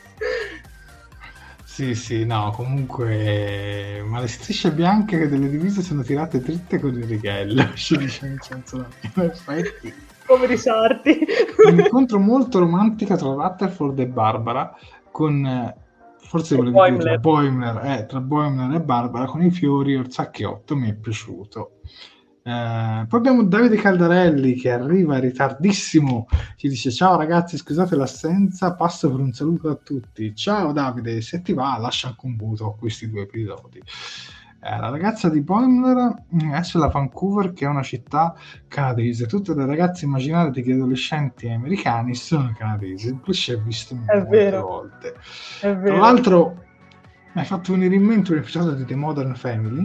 Sì, no, comunque, ma le strisce bianche delle divise sono tirate dritte con il righello, ci dice Vincenzo, in effetti. Poveri sarti. Un incontro molto romantico tra Rutherford e Barbara, con, forse volevi dire tra Boimler e Barbara, con i fiori Orsacchiotto, mi è piaciuto. Poi abbiamo Davide Caldarelli che arriva ritardissimo, ci dice: ciao ragazzi, scusate l'assenza, passo per un saluto a tutti. Ciao Davide, se ti va lascia anche un voto a questi 2 episodi. La ragazza di Boimler è sulla Vancouver, che è una città canadese. Tutte le ragazze immaginate che adolescenti americani sono canadesi. Il cliché è visto molte volte. Tra l'altro mi hai fatto venire in mente un episodio di The Modern Family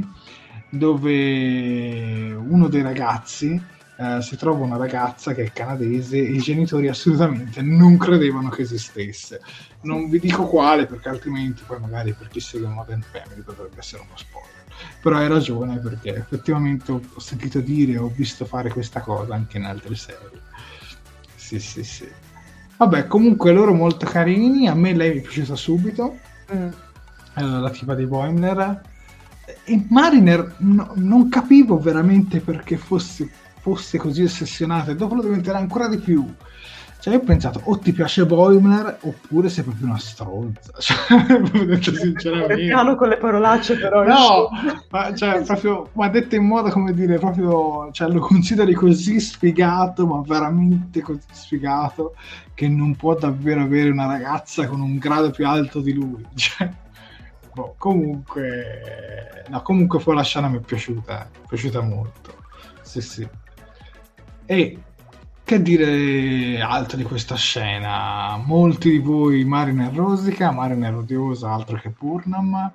dove uno dei ragazzi si trova una ragazza che è canadese e i genitori assolutamente non credevano che esistesse. Non vi dico quale, perché altrimenti poi magari per chi segue Modern Family potrebbe essere uno spoiler, però hai ragione, perché effettivamente ho sentito dire, ho visto fare questa cosa anche in altre serie. Sì. Vabbè, comunque loro molto carini, a me lei mi è piaciuta subito, la tipa di Boimler. E Mariner non capivo veramente perché fosse così ossessionata, e dopo lo diventerà ancora di più. Cioè io ho pensato, o ti piace Boimler oppure sei proprio una stronza, cioè, detto sinceramente. Piano con le parolacce, però no, ma detto in modo, come dire, proprio, cioè lo consideri così sfigato, ma veramente così sfigato, che non può davvero avere una ragazza con un grado più alto di lui, cioè. Comunque poi la scena mi è piaciuta molto. Sì. E che dire altro di questa scena? Molti di voi Mariner rosica, Mariner odiosa, altro che Burnham.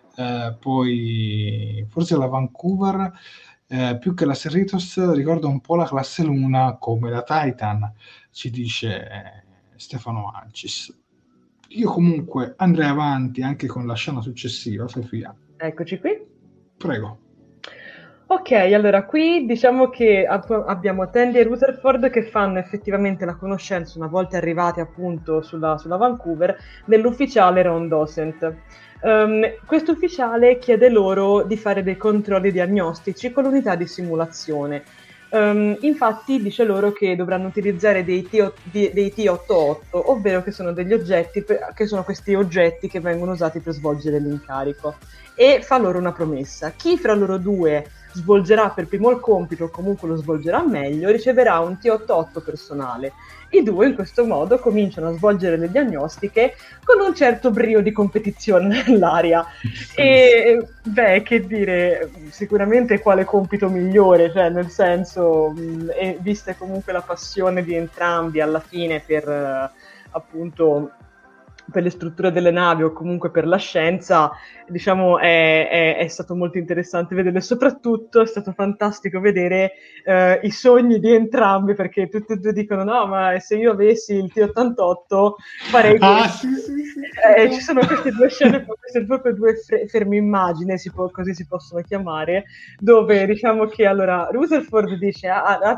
Poi forse la Vancouver, più che la Cerritos, ricorda un po' la classe Luna come la Titan, ci dice Stefano Ancis. Io comunque andrei avanti anche con la scena successiva, Sofia. Eccoci qui. Prego. Ok, allora qui diciamo che abbiamo Tandy e Rutherford che fanno effettivamente la conoscenza, una volta arrivati appunto sulla Vancouver, dell'ufficiale Ron Docent. Questo ufficiale chiede loro di fare dei controlli diagnostici con l'unità di simulazione. Infatti dice loro che dovranno utilizzare dei T-88, ovvero che sono degli oggetti, che sono questi oggetti che vengono usati per svolgere l'incarico, e fa loro una promessa: chi fra loro due svolgerà per primo il compito, o comunque lo svolgerà meglio, riceverà un T-88 personale. I due in questo modo cominciano a svolgere le diagnostiche con un certo brio di competizione nell'aria. E beh, che dire, sicuramente quale compito migliore, cioè nel senso, vista comunque la passione di entrambi alla fine per appunto per le strutture delle navi o comunque per la scienza, diciamo è stato molto interessante vederle. Soprattutto è stato fantastico vedere i sogni di entrambi, perché tutti e due dicono: no, ma se io avessi il T-88 farei questo. Ci sono queste due scene sono proprio due fermi immagine, così si possono chiamare, dove diciamo che allora Rutherford dice,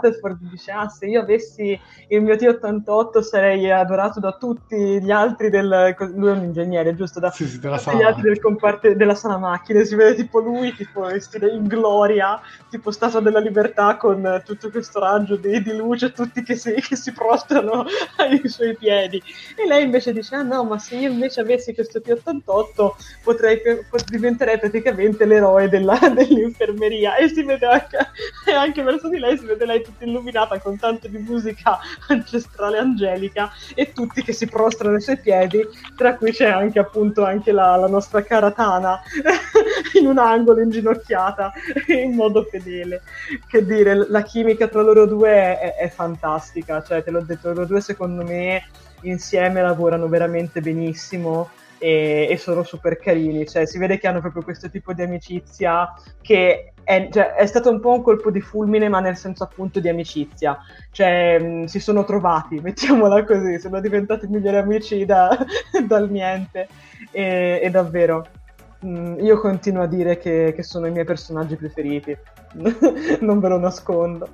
se io avessi il mio T-88 sarei adorato da tutti gli altri lui è un ingegnere, giusto? Da Sì, della tutti gli altri del comparto della sala macchine, si vede tipo lui, tipo in gloria, tipo Statua della Libertà con tutto questo raggio di luce, tutti che si prostrano ai suoi piedi. E lei invece dice, ah no, ma se io invece avessi questo T-88 diventerei praticamente l'eroe dell'infermeria. E si vede anche verso di lei, si vede lei tutta illuminata con tanto di musica ancestrale angelica e tutti che si prostrano ai suoi piedi, tra cui c'è anche appunto anche la nostra cara Tana in un angolo inginocchiata in modo fedele. Che dire, la chimica tra loro due è fantastica, cioè te l'ho detto, loro due secondo me insieme lavorano veramente benissimo e sono super carini, cioè si vede che hanno proprio questo tipo di amicizia che è stato un po' un colpo di fulmine, ma nel senso appunto di amicizia, cioè si sono trovati, mettiamola così, sono diventati migliori amici dal niente e davvero io continuo a dire che sono i miei personaggi preferiti. Non ve lo nascondo.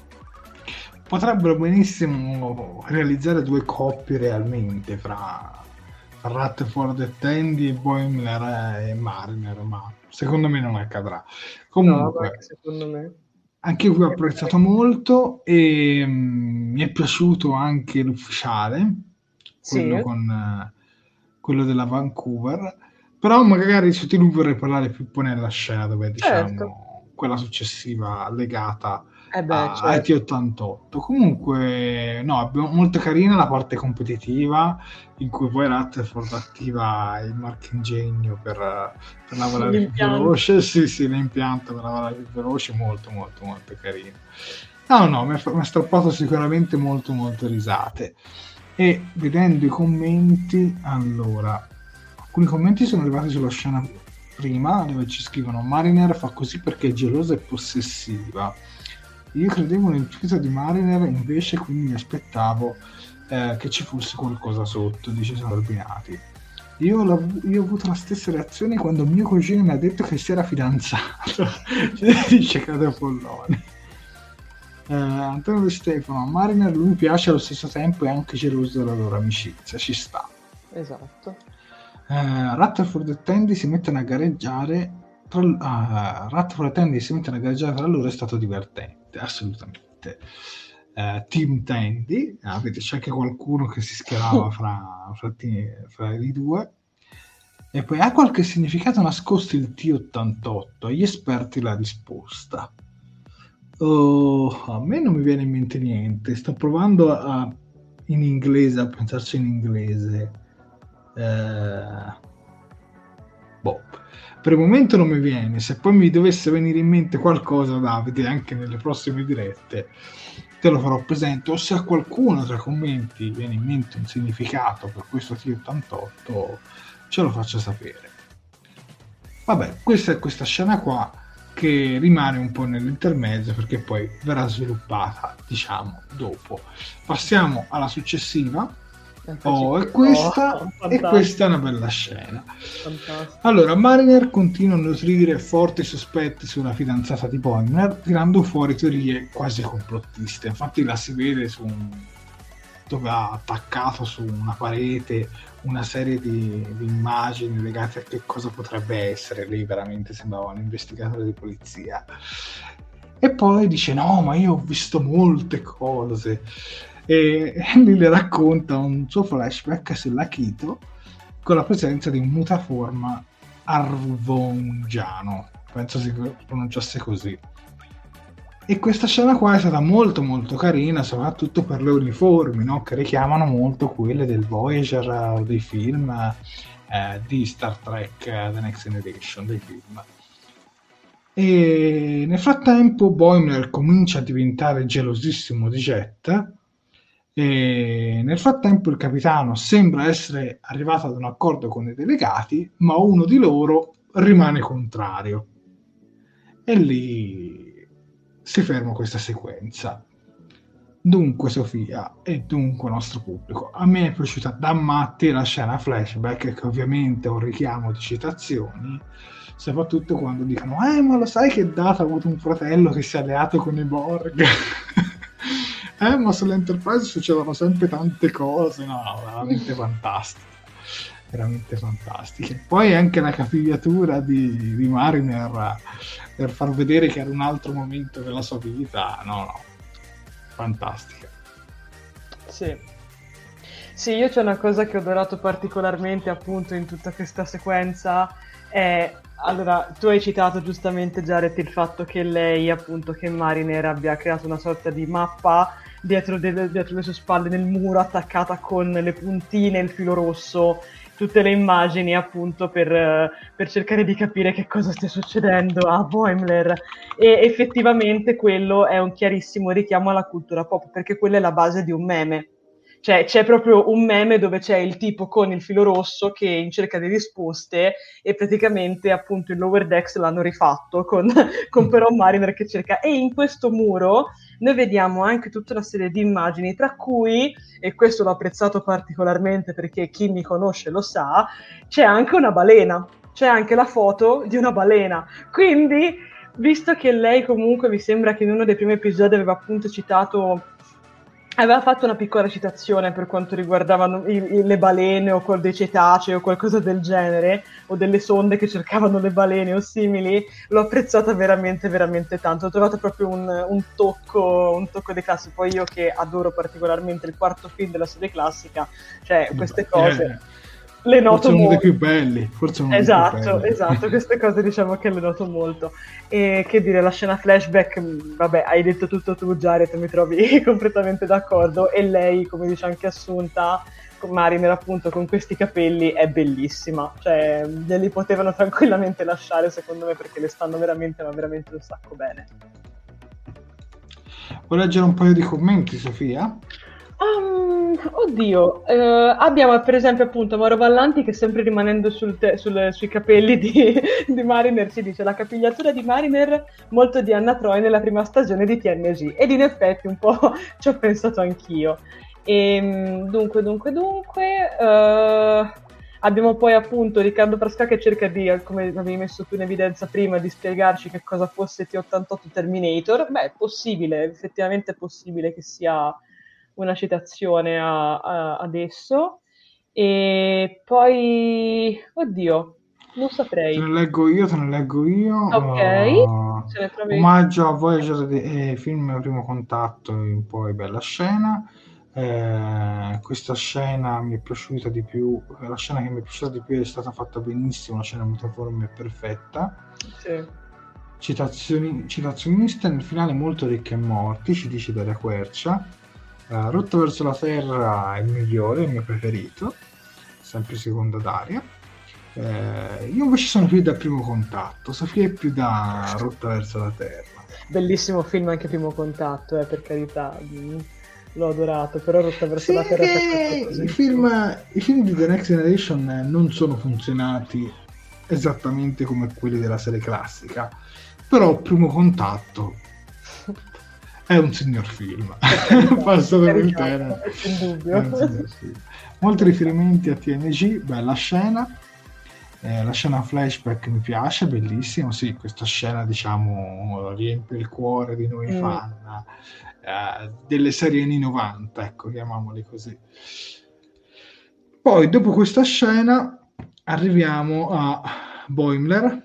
Potrebbero benissimo realizzare due coppie realmente fra Rutherford e Tandy e Boimler e Mariner, ma secondo me non accadrà. Comunque, no, secondo me. Anche io ho apprezzato molto e mi è piaciuto anche l'ufficiale, quello Sì. con quello della Vancouver, però magari su di lui vorrei parlare più poi nella scena dove diciamo quella successiva legata ai T-88. Comunque no, abbiamo molto carina la parte competitiva in cui poi Rutherford attiva il marchingegno per lavorare più veloce, sì, l'impianto per lavorare più veloce, molto carino. No, mi ha strappato sicuramente molto risate. E vedendo i commenti, allora alcuni commenti sono arrivati sulla scena prima dove ci scrivono: Mariner fa così perché è gelosa e possessiva. Io credevo nel peso di Mariner, invece, quindi mi aspettavo che ci fosse qualcosa sotto, dice Sorbinati. Io ho avuto la stessa reazione quando mio cugino mi ha detto che si era fidanzato, dice Cade Pollone. Antonio De Stefano: Mariner lui piace allo stesso tempo e anche geloso della loro amicizia, ci sta. Esatto. Rutherford e Tandy si mettono a gareggiare tra loro, è stato divertente, assolutamente. Team Tandy, c'è anche qualcuno che si schierava fra i due. E poi: ha qualche significato nascosto il T-88? Gli esperti la risposta. A me non mi viene in mente niente, sto provando a pensarci in inglese. Per il momento non mi viene. Se poi mi dovesse venire in mente qualcosa, Davide, anche nelle prossime dirette te lo farò presente, o se a qualcuno tra i commenti viene in mente un significato per questo T-88 ce lo faccio sapere. Vabbè, questa è questa scena qua che rimane un po' nell'intermezzo perché poi verrà sviluppata, diciamo, dopo. Passiamo alla successiva. E questa è una bella scena. Fantastico. Allora, Mariner continua a nutrire forti sospetti sulla fidanzata di Boimler, tirando fuori teorie quasi complottiste. Infatti la si vede dove ha attaccato su una parete una serie di immagini legate a che cosa potrebbe essere. Lei veramente sembrava un investigatore di polizia. E poi dice: no, ma io ho visto molte cose. E Henry le racconta un suo flashback sull'Akito con la presenza di un mutaforma arvongiano, penso si pronunciasse così. E questa scena qua è stata molto carina, soprattutto per le uniformi, no? Che richiamano molto quelle del Voyager o dei film di Star Trek The Next Generation, dei film. E nel frattempo Boimler comincia a diventare gelosissimo di Jet. E nel frattempo il capitano sembra essere arrivato ad un accordo con i delegati, ma uno di loro rimane contrario. E lì si ferma questa sequenza. Dunque Sofia e dunque nostro pubblico, a me è piaciuta da matti la scena flashback, che ovviamente è un richiamo di citazioni, soprattutto quando dicono ma lo sai che Data ha avuto un fratello che si è alleato con i Borg? Ma sull'Enterprise succedono sempre tante cose, no, veramente fantastico, veramente fantastiche. Poi anche la capigliatura di Mariner per far vedere che era un altro momento della sua vita, no, fantastica. Sì, io c'è una cosa che ho adorato particolarmente appunto in tutta questa sequenza, allora, tu hai citato giustamente, Jared, il fatto che lei, appunto, che Mariner abbia creato una sorta di mappa dietro le sue spalle nel muro, attaccata con le puntine, il filo rosso, tutte le immagini, appunto, per cercare di capire che cosa stia succedendo a Boimler. E effettivamente quello è un chiarissimo richiamo alla cultura pop, perché quella è la base di un meme. Cioè c'è proprio un meme dove c'è il tipo con il filo rosso che in cerca di risposte, e praticamente appunto il Lower Decks l'hanno rifatto con però Mariner che cerca, e in questo muro noi vediamo anche tutta una serie di immagini, tra cui, e questo l'ho apprezzato particolarmente perché chi mi conosce lo sa, c'è anche una balena, c'è anche la foto di una balena, quindi visto che lei comunque mi sembra che in uno dei primi episodi aveva appunto citato, aveva fatto una piccola citazione per quanto riguardava le balene o dei cetacei o qualcosa del genere, o delle sonde che cercavano le balene o simili, l'ho apprezzata veramente veramente tanto, ho trovato proprio un tocco di classe. Poi io che adoro particolarmente il quarto film della serie classica, cioè queste cose le noto forse molto. Uno dei più belli, forse uno dei più belli. Esatto, queste cose diciamo che le noto molto. E che dire, la scena flashback, vabbè, hai detto tutto tu, Jared, mi trovi completamente d'accordo, e lei, come dice anche Assunta, con Mariner appunto con questi capelli, è bellissima, cioè glieli potevano tranquillamente lasciare secondo me, perché le stanno veramente, ma veramente un sacco bene. Vuoi leggere un paio di commenti, Sofia? Oddio, abbiamo per esempio appunto Mauro Vallanti che, sempre rimanendo sui capelli di Mariner, ci dice: la capigliatura di Mariner molto di Anna Troy nella prima stagione di TNG, ed in effetti un po' ci ho pensato anch'io. Dunque abbiamo poi appunto Riccardo Frasca che cerca di, come avevi messo tu in evidenza prima, di spiegarci che cosa fosse T-88 Terminator. Beh, è possibile, effettivamente è possibile che sia una citazione adesso. E poi, oddio, non saprei. Te ne leggo io. Ok, ce ne trovi. Omaggio a Voyager, film Primo Contatto, in poi bella scena. Questa scena mi è piaciuta di più, la scena che mi è piaciuta di più è stata fatta benissimo, una scena mutaforme perfetta. Sì. Citazionista nel finale molto ricche e morti, ci dice Daria Quercia. Rotta verso la Terra è il migliore, il mio preferito, sempre secondo Daria. Io invece sono più da Primo Contatto, Sofia è più da Rotta verso la Terra. Bellissimo film anche Primo Contatto, per carità, l'ho adorato, però Rotta verso la Terra i film di The Next Generation non sono funzionati esattamente come quelli della serie classica, però Primo Contatto è un signor film, passatemi il termine, molti riferimenti a TNG, bella scena. La scena flashback mi piace, bellissimo, sì, questa scena diciamo riempie il cuore di noi fan delle serie anni 90, ecco, chiamiamoli così. Poi dopo questa scena arriviamo a Boimler,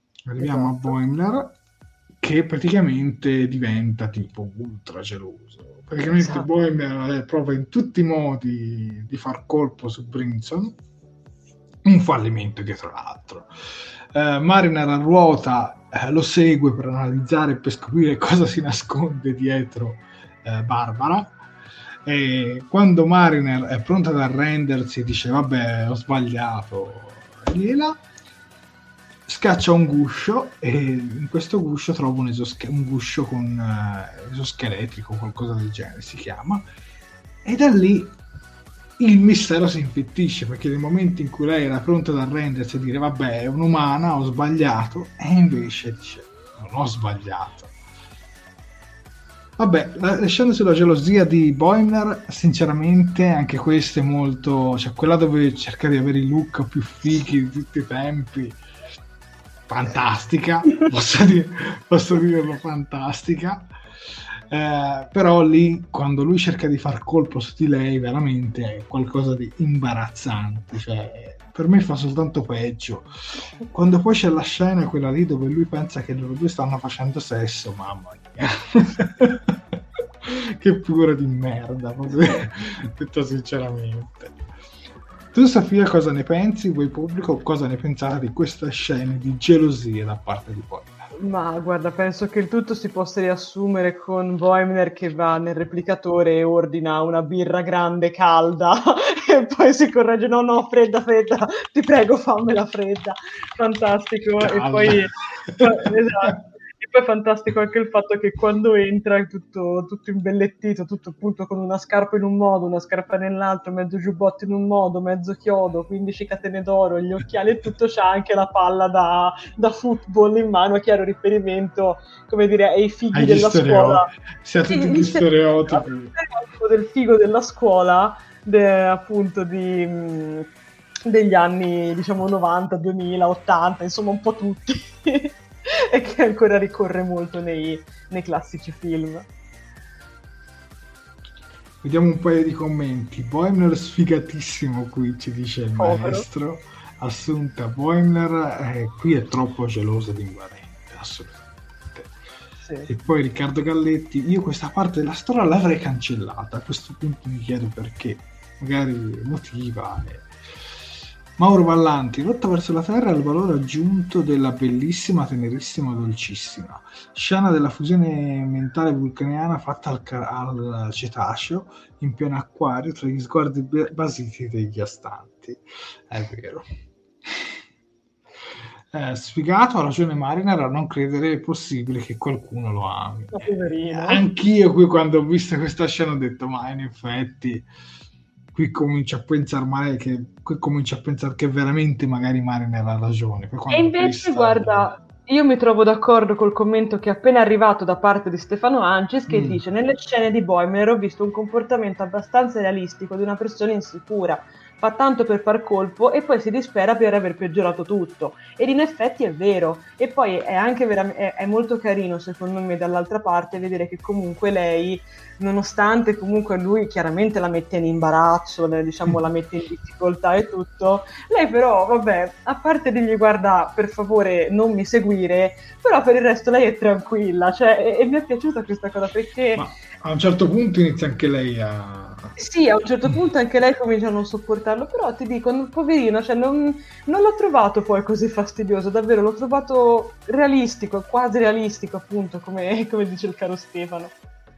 che praticamente diventa tipo ultra geloso. Praticamente Boimler prova in tutti i modi di far colpo su Brinson, un fallimento dietro l'altro. Mariner a ruota lo segue per analizzare e per scoprire cosa si nasconde dietro Barbara, e quando Mariner è pronta ad arrendersi dice vabbè, ho sbagliato, lì e là scaccia un guscio, e in questo guscio trova un guscio con esoscheletrico, qualcosa del genere si chiama, e da lì il mistero si infittisce, perché nel momento in cui lei era pronta ad arrendersi e dire vabbè, è un'umana, ho sbagliato, e invece dice non ho sbagliato. Vabbè, le scene sulla gelosia di Boimler, sinceramente, anche queste molto... Cioè, quella dove cerca di avere i look più fighi di tutti i tempi, fantastica, posso dirlo, fantastica. Però lì, quando lui cerca di far colpo su di lei, veramente è qualcosa di imbarazzante. Cioè, per me fa soltanto peggio. Quando poi c'è la scena, quella lì, dove lui pensa che loro due stanno facendo sesso, mamma mia. Che figura di merda, detto sinceramente. Tu, Sofia, cosa ne pensi? Voi pubblico, cosa ne pensate di queste scene di gelosia da parte di Boimler? Ma guarda, penso che il tutto si possa riassumere con Boimler che va nel replicatore e ordina una birra grande calda e poi si corregge, no, fredda, ti prego fammela fredda. Fantastico. Calda. E poi esatto. E poi è fantastico anche il fatto che quando entra è tutto imbellettito, tutto appunto con una scarpa in un modo, una scarpa nell'altro, mezzo giubbotto in un modo, mezzo chiodo, 15 catene d'oro, gli occhiali e tutto, c'ha anche la palla da football in mano, chiaro riferimento, come dire, ai fighi Agli della scuola. Siamo tutti gli stereotipi. Il stereotipo del figo della scuola, appunto degli anni, diciamo, 90, 2000, 80, insomma un po' tutti. E che ancora ricorre molto nei classici film. Vediamo un paio di commenti. Boimler sfigatissimo qui, ci dice il maestro. Assunta Boimler qui è troppo gelosa di invadente, assolutamente. Sì. E poi Riccardo Galletti, io questa parte della storia l'avrei cancellata, a questo punto mi chiedo perché, magari motiva. Mauro Vallanti, Rotta verso la Terra è il valore aggiunto della bellissima, tenerissima, dolcissima scena della fusione mentale vulcaniana fatta al cetaceo in pieno acquario tra gli sguardi basiti degli astanti. È vero. Sfigato, ha ragione Mariner a non credere possibile che qualcuno lo ami. Anch'io qui quando ho visto questa scena ho detto, ma in effetti qui comincio a pensare che veramente magari Mariner ha ragione. E invece guarda, io mi trovo d'accordo col commento che è appena arrivato da parte di Stefano Ancis che dice: nelle scene di Boimler ho visto un comportamento abbastanza realistico di una persona insicura, fa tanto per far colpo e poi si dispera per aver peggiorato tutto, ed in effetti è vero. E poi è anche è molto carino secondo me dall'altra parte vedere che comunque lei, nonostante comunque lui chiaramente la mette in imbarazzo, diciamo la mette in difficoltà e tutto, lei però vabbè, a parte dirgli guarda per favore non mi seguire, però per il resto lei è tranquilla, cioè, e mi è piaciuta questa cosa perché ma a un certo punto inizia anche lei a... Sì, a un certo punto anche lei comincia a non sopportarlo, però ti dico, poverino, cioè non l'ho trovato poi così fastidioso, davvero l'ho trovato realistico, quasi realistico appunto, come dice il caro Stefano.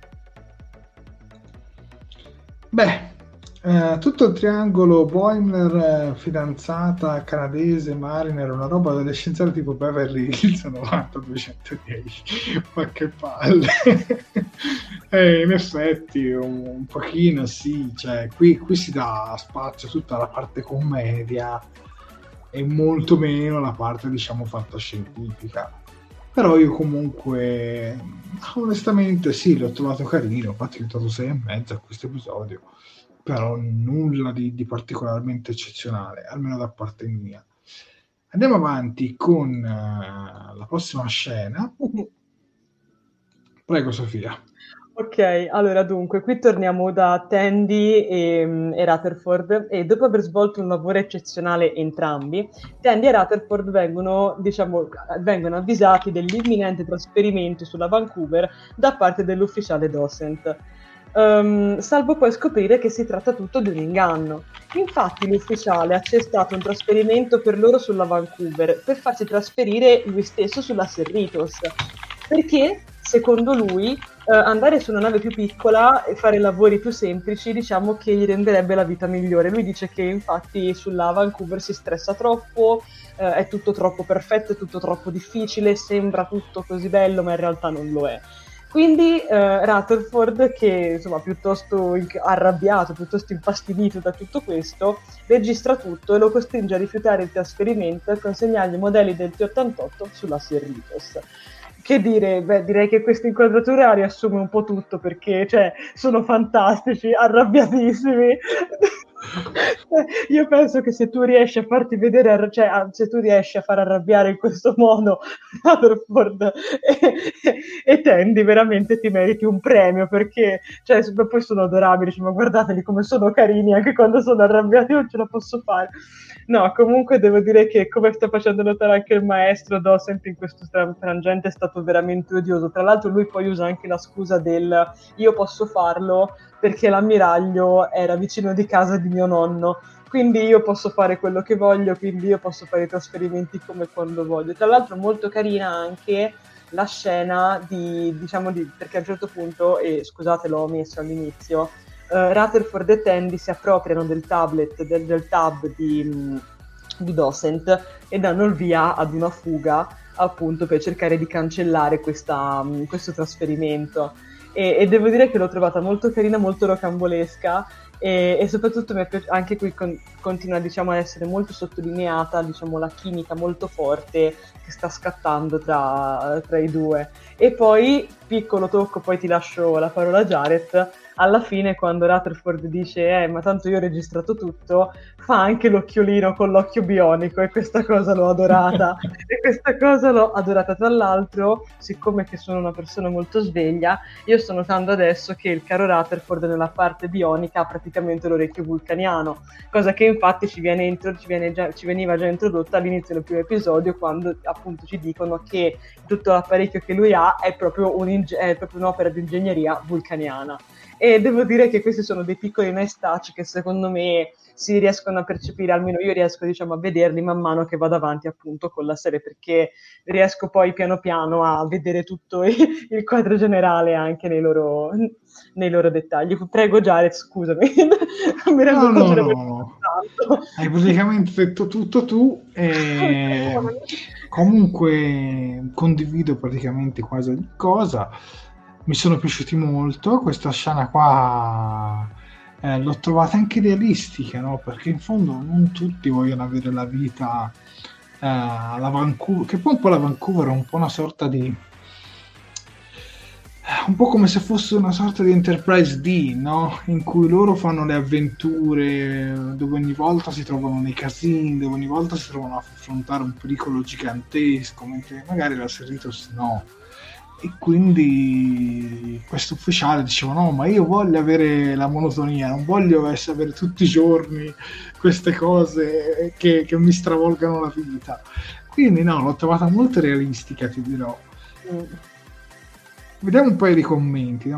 Beh, tutto il triangolo Boimler, fidanzata canadese, Mariner, una roba adolescenziale tipo Beverly Hills 90-210, ma che palle. In effetti un pochino sì, cioè qui si dà spazio a tutta la parte commedia e molto meno la parte diciamo fantascientifica. Però io comunque onestamente sì, l'ho trovato carino, infatti ho dato 6,5 a questo episodio, però nulla di particolarmente eccezionale, almeno da parte mia. Andiamo avanti con la prossima scena. Prego Sofia. Ok, allora dunque, qui torniamo da Tandy e Rutherford, e dopo aver svolto un lavoro eccezionale entrambi, Tandy e Rutherford vengono avvisati dell'imminente trasferimento sulla Vancouver da parte dell'ufficiale Docent. Salvo poi scoprire che si tratta tutto di un inganno. Infatti l'ufficiale ha accettato un trasferimento per loro sulla Vancouver per farsi trasferire lui stesso sulla Cerritos, perché secondo lui andare su una nave più piccola e fare lavori più semplici diciamo che gli renderebbe la vita migliore. Lui dice che infatti sulla Vancouver si stressa troppo, è tutto troppo perfetto, è tutto troppo difficile, sembra tutto così bello ma in realtà non lo è. Quindi Rutherford, che insomma piuttosto arrabbiato, piuttosto infastidito da tutto questo, registra tutto e lo costringe a rifiutare il trasferimento e consegnargli i modelli del T-88 sulla Cerritos. Che dire? Beh, direi che questa inquadratura riassume un po' tutto, perché cioè, sono fantastici, arrabbiatissimi. Io penso che se tu riesci a farti vedere, cioè se tu riesci a far arrabbiare in questo modo Rutherford e Tandy, veramente ti meriti un premio, perché cioè, poi sono adorabili, cioè, ma guardateli come sono carini anche quando sono arrabbiati, non ce la posso fare. No, comunque devo dire che, come sta facendo notare anche il maestro, Docent in questo frangente è stato veramente odioso. Tra l'altro lui poi usa anche la scusa del io posso farlo perché l'ammiraglio era vicino di casa di mio nonno, quindi io posso fare quello che voglio, quindi io posso fare i trasferimenti come quando voglio. Tra l'altro molto carina anche la scena perché a un certo punto, e scusate l'ho messo all'inizio, Rutherford e Tandy si appropriano del tablet, del tab di Docent e danno il via ad una fuga, appunto per cercare di cancellare questo trasferimento. E devo dire che l'ho trovata molto carina, molto rocambolesca, e soprattutto anche qui continua, diciamo, ad essere molto sottolineata, diciamo, la chimica molto forte che sta scattando tra i due. E poi, piccolo tocco, poi ti lascio la parola a Jared, alla fine quando Rutherford dice ma tanto io ho registrato tutto, fa anche l'occhiolino con l'occhio bionico, e questa cosa l'ho adorata. E questa cosa l'ho adorata. Tra l'altro, siccome che sono una persona molto sveglia, io sto notando adesso che il caro Rutherford nella parte bionica ha praticamente l'orecchio vulcaniano, cosa che infatti ci veniva già introdotta all'inizio del primo episodio, quando appunto ci dicono che tutto l'apparecchio che lui ha è proprio un'opera di ingegneria vulcaniana. E devo dire che questi sono dei piccoli nice touch che secondo me si riescono a percepire, almeno io riesco, diciamo, a vederli man mano che vado avanti appunto con la serie, perché riesco poi piano piano a vedere tutto il quadro generale anche nei loro dettagli. Prego Jared, scusami, mi rendo conto di aver No. Hai praticamente detto tutto tu. Comunque condivido praticamente quasi ogni cosa. Mi sono piaciuti molto. Questa scena qua l'ho trovata anche realistica, no? Perché in fondo non tutti vogliono avere la vita alla Vancouver, che poi un po' la Vancouver è un po' una sorta di, un po' come se fosse una sorta di Enterprise D, no? In cui loro fanno le avventure, dove ogni volta si trovano nei casini, dove ogni volta si trovano a affrontare un pericolo gigantesco, mentre magari la Cerritos no. E quindi questo ufficiale diceva no, ma io voglio avere la monotonia, non voglio avere tutti i giorni queste cose che mi stravolgano la vita. Quindi no, l'ho trovata molto realistica, ti dirò. Vediamo un paio di commenti.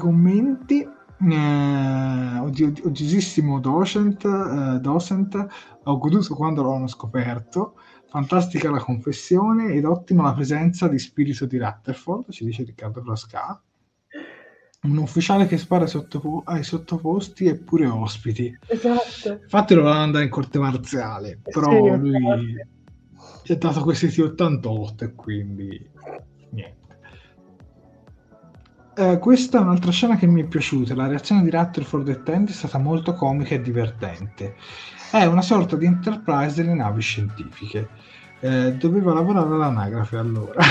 Odiosissimo Docent, ho goduto quando l'hanno scoperto. Fantastica la confessione ed ottima la presenza di spirito di Rutherford, ci dice Riccardo Frasca. Un ufficiale che spara ai sottoposti e pure ospiti. Esatto. Infatti lo voleva andare in corte marziale, però sì, lui si è dato questi T88 e quindi niente. Questa è un'altra scena che mi è piaciuta. La reazione di Rutherford e Tandy è stata molto comica e divertente. È una sorta di Enterprise delle navi scientifiche. Doveva lavorare all'anagrafe allora.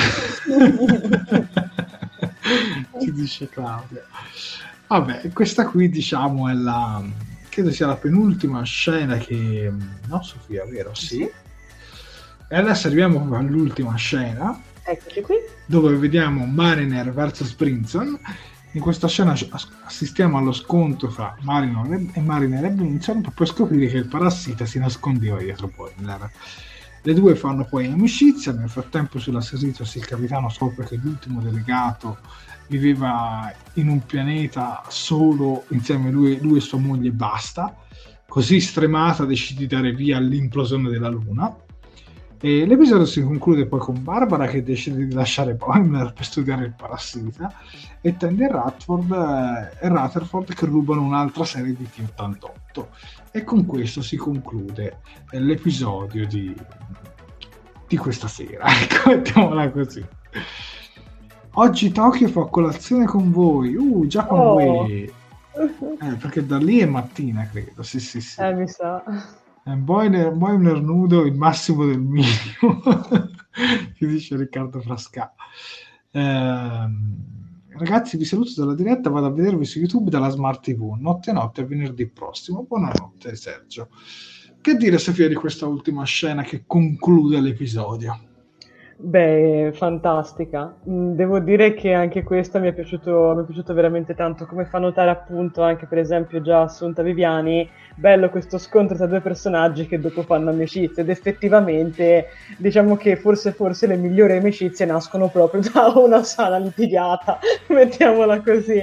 Ci dice Claudia. Vabbè, questa qui diciamo è credo sia la penultima scena che... No, Sofia, vero? Sì. E adesso arriviamo all'ultima scena. Eccoci qui. Dove vediamo Mariner vs Brinson. In questa scena assistiamo allo scontro fra Mariner e Brinson, per poi scoprire che il parassita si nascondeva dietro Boimler. Le due fanno poi amicizia. Nel frattempo sulla Cerritos il capitano scopre che l'ultimo delegato viveva in un pianeta solo insieme a lui e sua moglie e basta. Così stremata decide di dare via all'implosione della Luna. E l'episodio si conclude poi con Barbara che decide di lasciare Boimler per studiare il parassita e Tandy e Rutherford che rubano un'altra serie di T88. E con questo si conclude l'episodio di questa sera. Ecco, mettiamola così. Oggi Tokyo fa colazione con voi. Già con voi. Perché da lì è mattina, credo. Sì. Mi sa. Boimler nudo, il massimo del minimo. Ci dice Riccardo Frasca. Ragazzi, vi saluto dalla diretta, vado a vedervi su YouTube dalla Smart TV. Notte a venerdì prossimo. Buonanotte, Sergio. Che dire, Sofia, di questa ultima scena che conclude l'episodio? Beh, fantastica. Devo dire che anche questa mi è piaciuto veramente tanto, come fa notare appunto anche per esempio già Assunta Viviani, bello questo scontro tra due personaggi che dopo fanno amicizia, ed effettivamente diciamo che forse le migliori amicizie nascono proprio da una sana litigata, mettiamola così.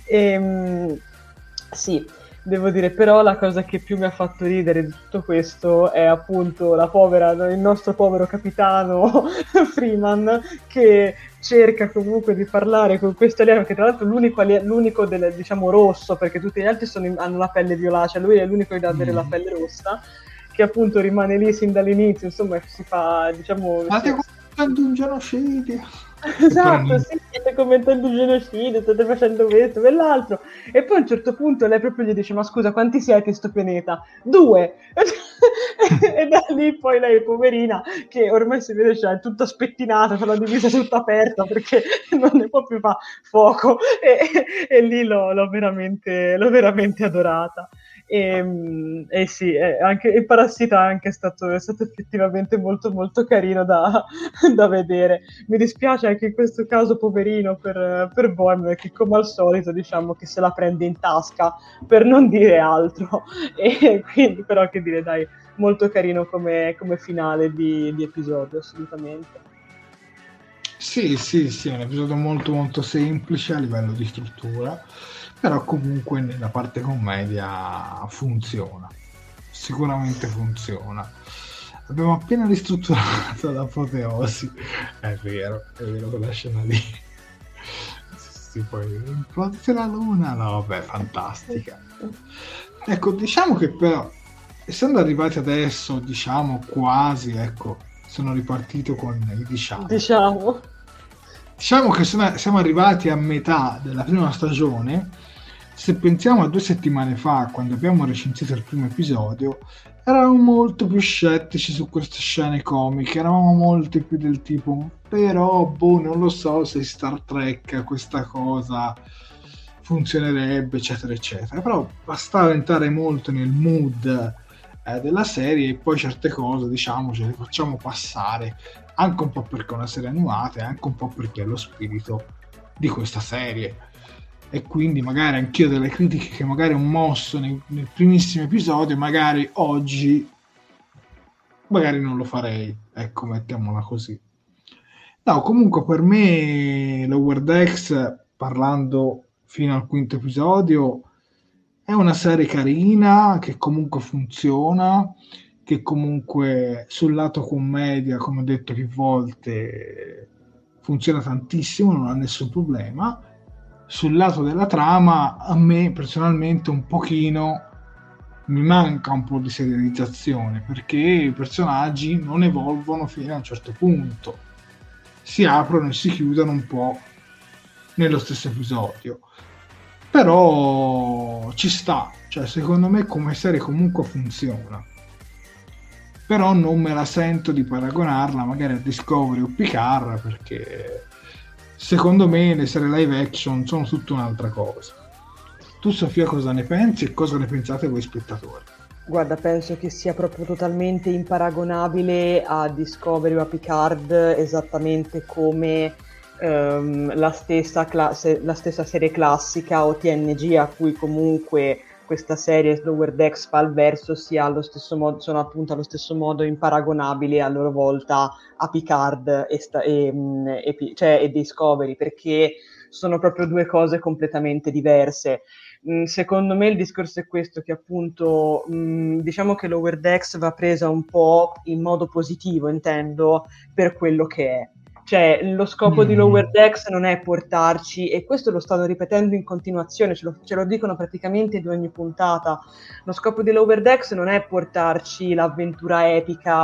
Sì. Devo dire, però la cosa che più mi ha fatto ridere di tutto questo è appunto il nostro povero capitano Freeman, che cerca comunque di parlare con questo alieno, che tra l'altro è l'unico del, diciamo, rosso, perché tutti gli altri hanno la pelle violacea, lui è l'unico ad avere la pelle rossa, che appunto rimane lì sin dall'inizio, insomma, si fa, diciamo... State commettendo un genocidio. Esatto, sì, state commettendo un genocidio, state facendo questo, quell'altro. E poi a un certo punto lei proprio gli dice: ma scusa, quanti siete in sto pianeta? 2! E da lì poi lei, poverina, che ormai si vede, cioè, è tutta spettinata, con la divisa tutta aperta, perché non ne può più fare fuoco. E lì l'ho veramente adorata. E sì, anche il Parassita è stato effettivamente molto molto carino da vedere. Mi dispiace anche in questo caso, poverino, per Boehm, che come al solito diciamo che se la prende in tasca, per non dire altro. E quindi, però, che dire, dai, molto carino come finale di episodio, assolutamente. Sì, è un episodio molto molto semplice a livello di struttura, però comunque nella parte commedia funziona, sicuramente funziona. Abbiamo appena ristrutturato l'Apoteosi, è vero quella scena lì. Sì, poi implode la luna, no, vabbè, fantastica. Ecco, diciamo che però, essendo arrivati adesso, diciamo quasi, ecco, sono ripartito con i diciamo che siamo arrivati a metà della prima stagione. Se pensiamo a 2 settimane fa, quando abbiamo recensito il primo episodio, eravamo molto più scettici su queste scene comiche, eravamo molto più del tipo, però non lo so se Star Trek questa cosa funzionerebbe, eccetera eccetera. Però bastava entrare molto nel mood della serie e poi certe cose, diciamo, ce le facciamo passare, anche un po' perché è una serie animata e anche un po' perché è lo spirito di questa serie. E quindi magari anch'io delle critiche che magari ho mosso nel primissimo episodio, magari oggi magari non lo farei, ecco, mettiamola così. No, comunque per me Lower Decks, parlando fino al quinto episodio, è una serie carina che comunque funziona, che comunque sul lato commedia, come ho detto più volte, funziona tantissimo, non ha nessun problema. Sul lato della trama, a me personalmente un pochino mi manca un po' di serializzazione, perché i personaggi non evolvono fino a un certo punto, si aprono e si chiudono un po' nello stesso episodio, però ci sta, cioè secondo me come serie comunque funziona, però non me la sento di paragonarla magari a Discovery o Picard, perché secondo me le serie live action sono tutta un'altra cosa. Tu, Sofia, cosa ne pensi e cosa ne pensate voi spettatori? Guarda, penso che sia proprio totalmente imparagonabile a Discovery o a Picard, esattamente come la stessa serie classica o TNG, a cui comunque questa serie Lower Decks fa il verso, sia allo stesso modo, sono appunto allo stesso modo imparagonabili a loro volta a Picard e Discovery, perché sono proprio due cose completamente diverse. Secondo me il discorso è questo, che appunto diciamo che Lower Decks va presa un po' in modo positivo, intendo, per quello che è. Cioè, lo scopo di Lower Decks non è portarci, e questo lo stanno ripetendo in continuazione, ce lo dicono praticamente di ogni puntata, lo scopo di Lower Decks non è portarci l'avventura epica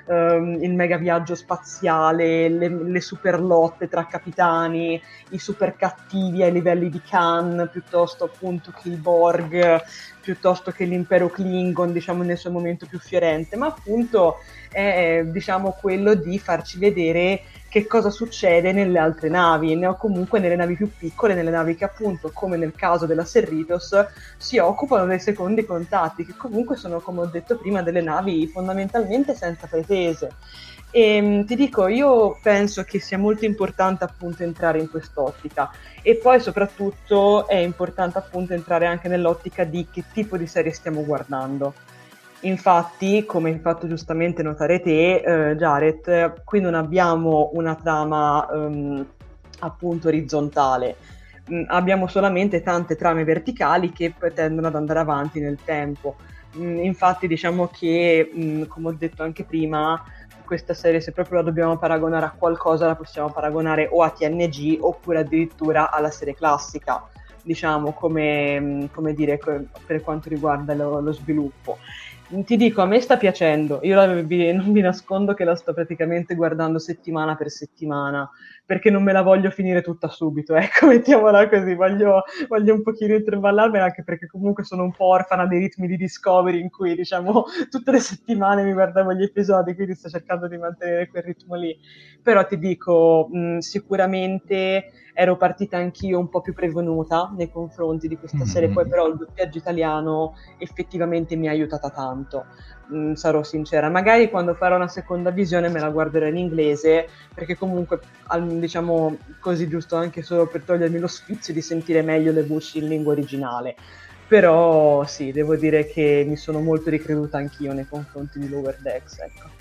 il mega viaggio spaziale, le super lotte tra capitani, i super cattivi ai livelli di Khan, piuttosto appunto che i Borg, piuttosto che l'impero Klingon, diciamo nel suo momento più fiorente, ma appunto è diciamo quello di farci vedere che cosa succede nelle altre navi, o comunque nelle navi più piccole, nelle navi che appunto, come nel caso della Cerritos, si occupano dei secondi contatti, che comunque sono, come ho detto prima, delle navi fondamentalmente senza pretese. E ti dico, io penso che sia molto importante appunto entrare in quest'ottica, e poi soprattutto è importante appunto entrare anche nell'ottica di che tipo di serie stiamo guardando. Infatti, come hai fatto giustamente notare te, Jared, qui non abbiamo una trama appunto orizzontale, abbiamo solamente tante trame verticali che tendono ad andare avanti nel tempo. Infatti diciamo che, come ho detto anche prima, questa serie, se proprio la dobbiamo paragonare a qualcosa, la possiamo paragonare o a TNG oppure addirittura alla serie classica, diciamo, come dire, per quanto riguarda lo sviluppo. Ti dico, a me sta piacendo, io non vi nascondo che la sto praticamente guardando settimana per settimana, perché non me la voglio finire tutta subito, ecco, mettiamola così, voglio un pochino intervallarmi, anche perché comunque sono un po' orfana dei ritmi di Discovery in cui, diciamo, tutte le settimane mi guardavo gli episodi, quindi sto cercando di mantenere quel ritmo lì. Però ti dico, sicuramente ero partita anch'io un po' più prevenuta nei confronti di questa serie, poi però il doppiaggio italiano effettivamente mi ha aiutata tanto, sarò sincera. Magari quando farò una seconda visione me la guarderò in inglese, perché comunque, diciamo così, giusto anche solo per togliermi lo sfizio di sentire meglio le voci in lingua originale. Però sì, devo dire che mi sono molto ricreduta anch'io nei confronti di Lower Decks, ecco.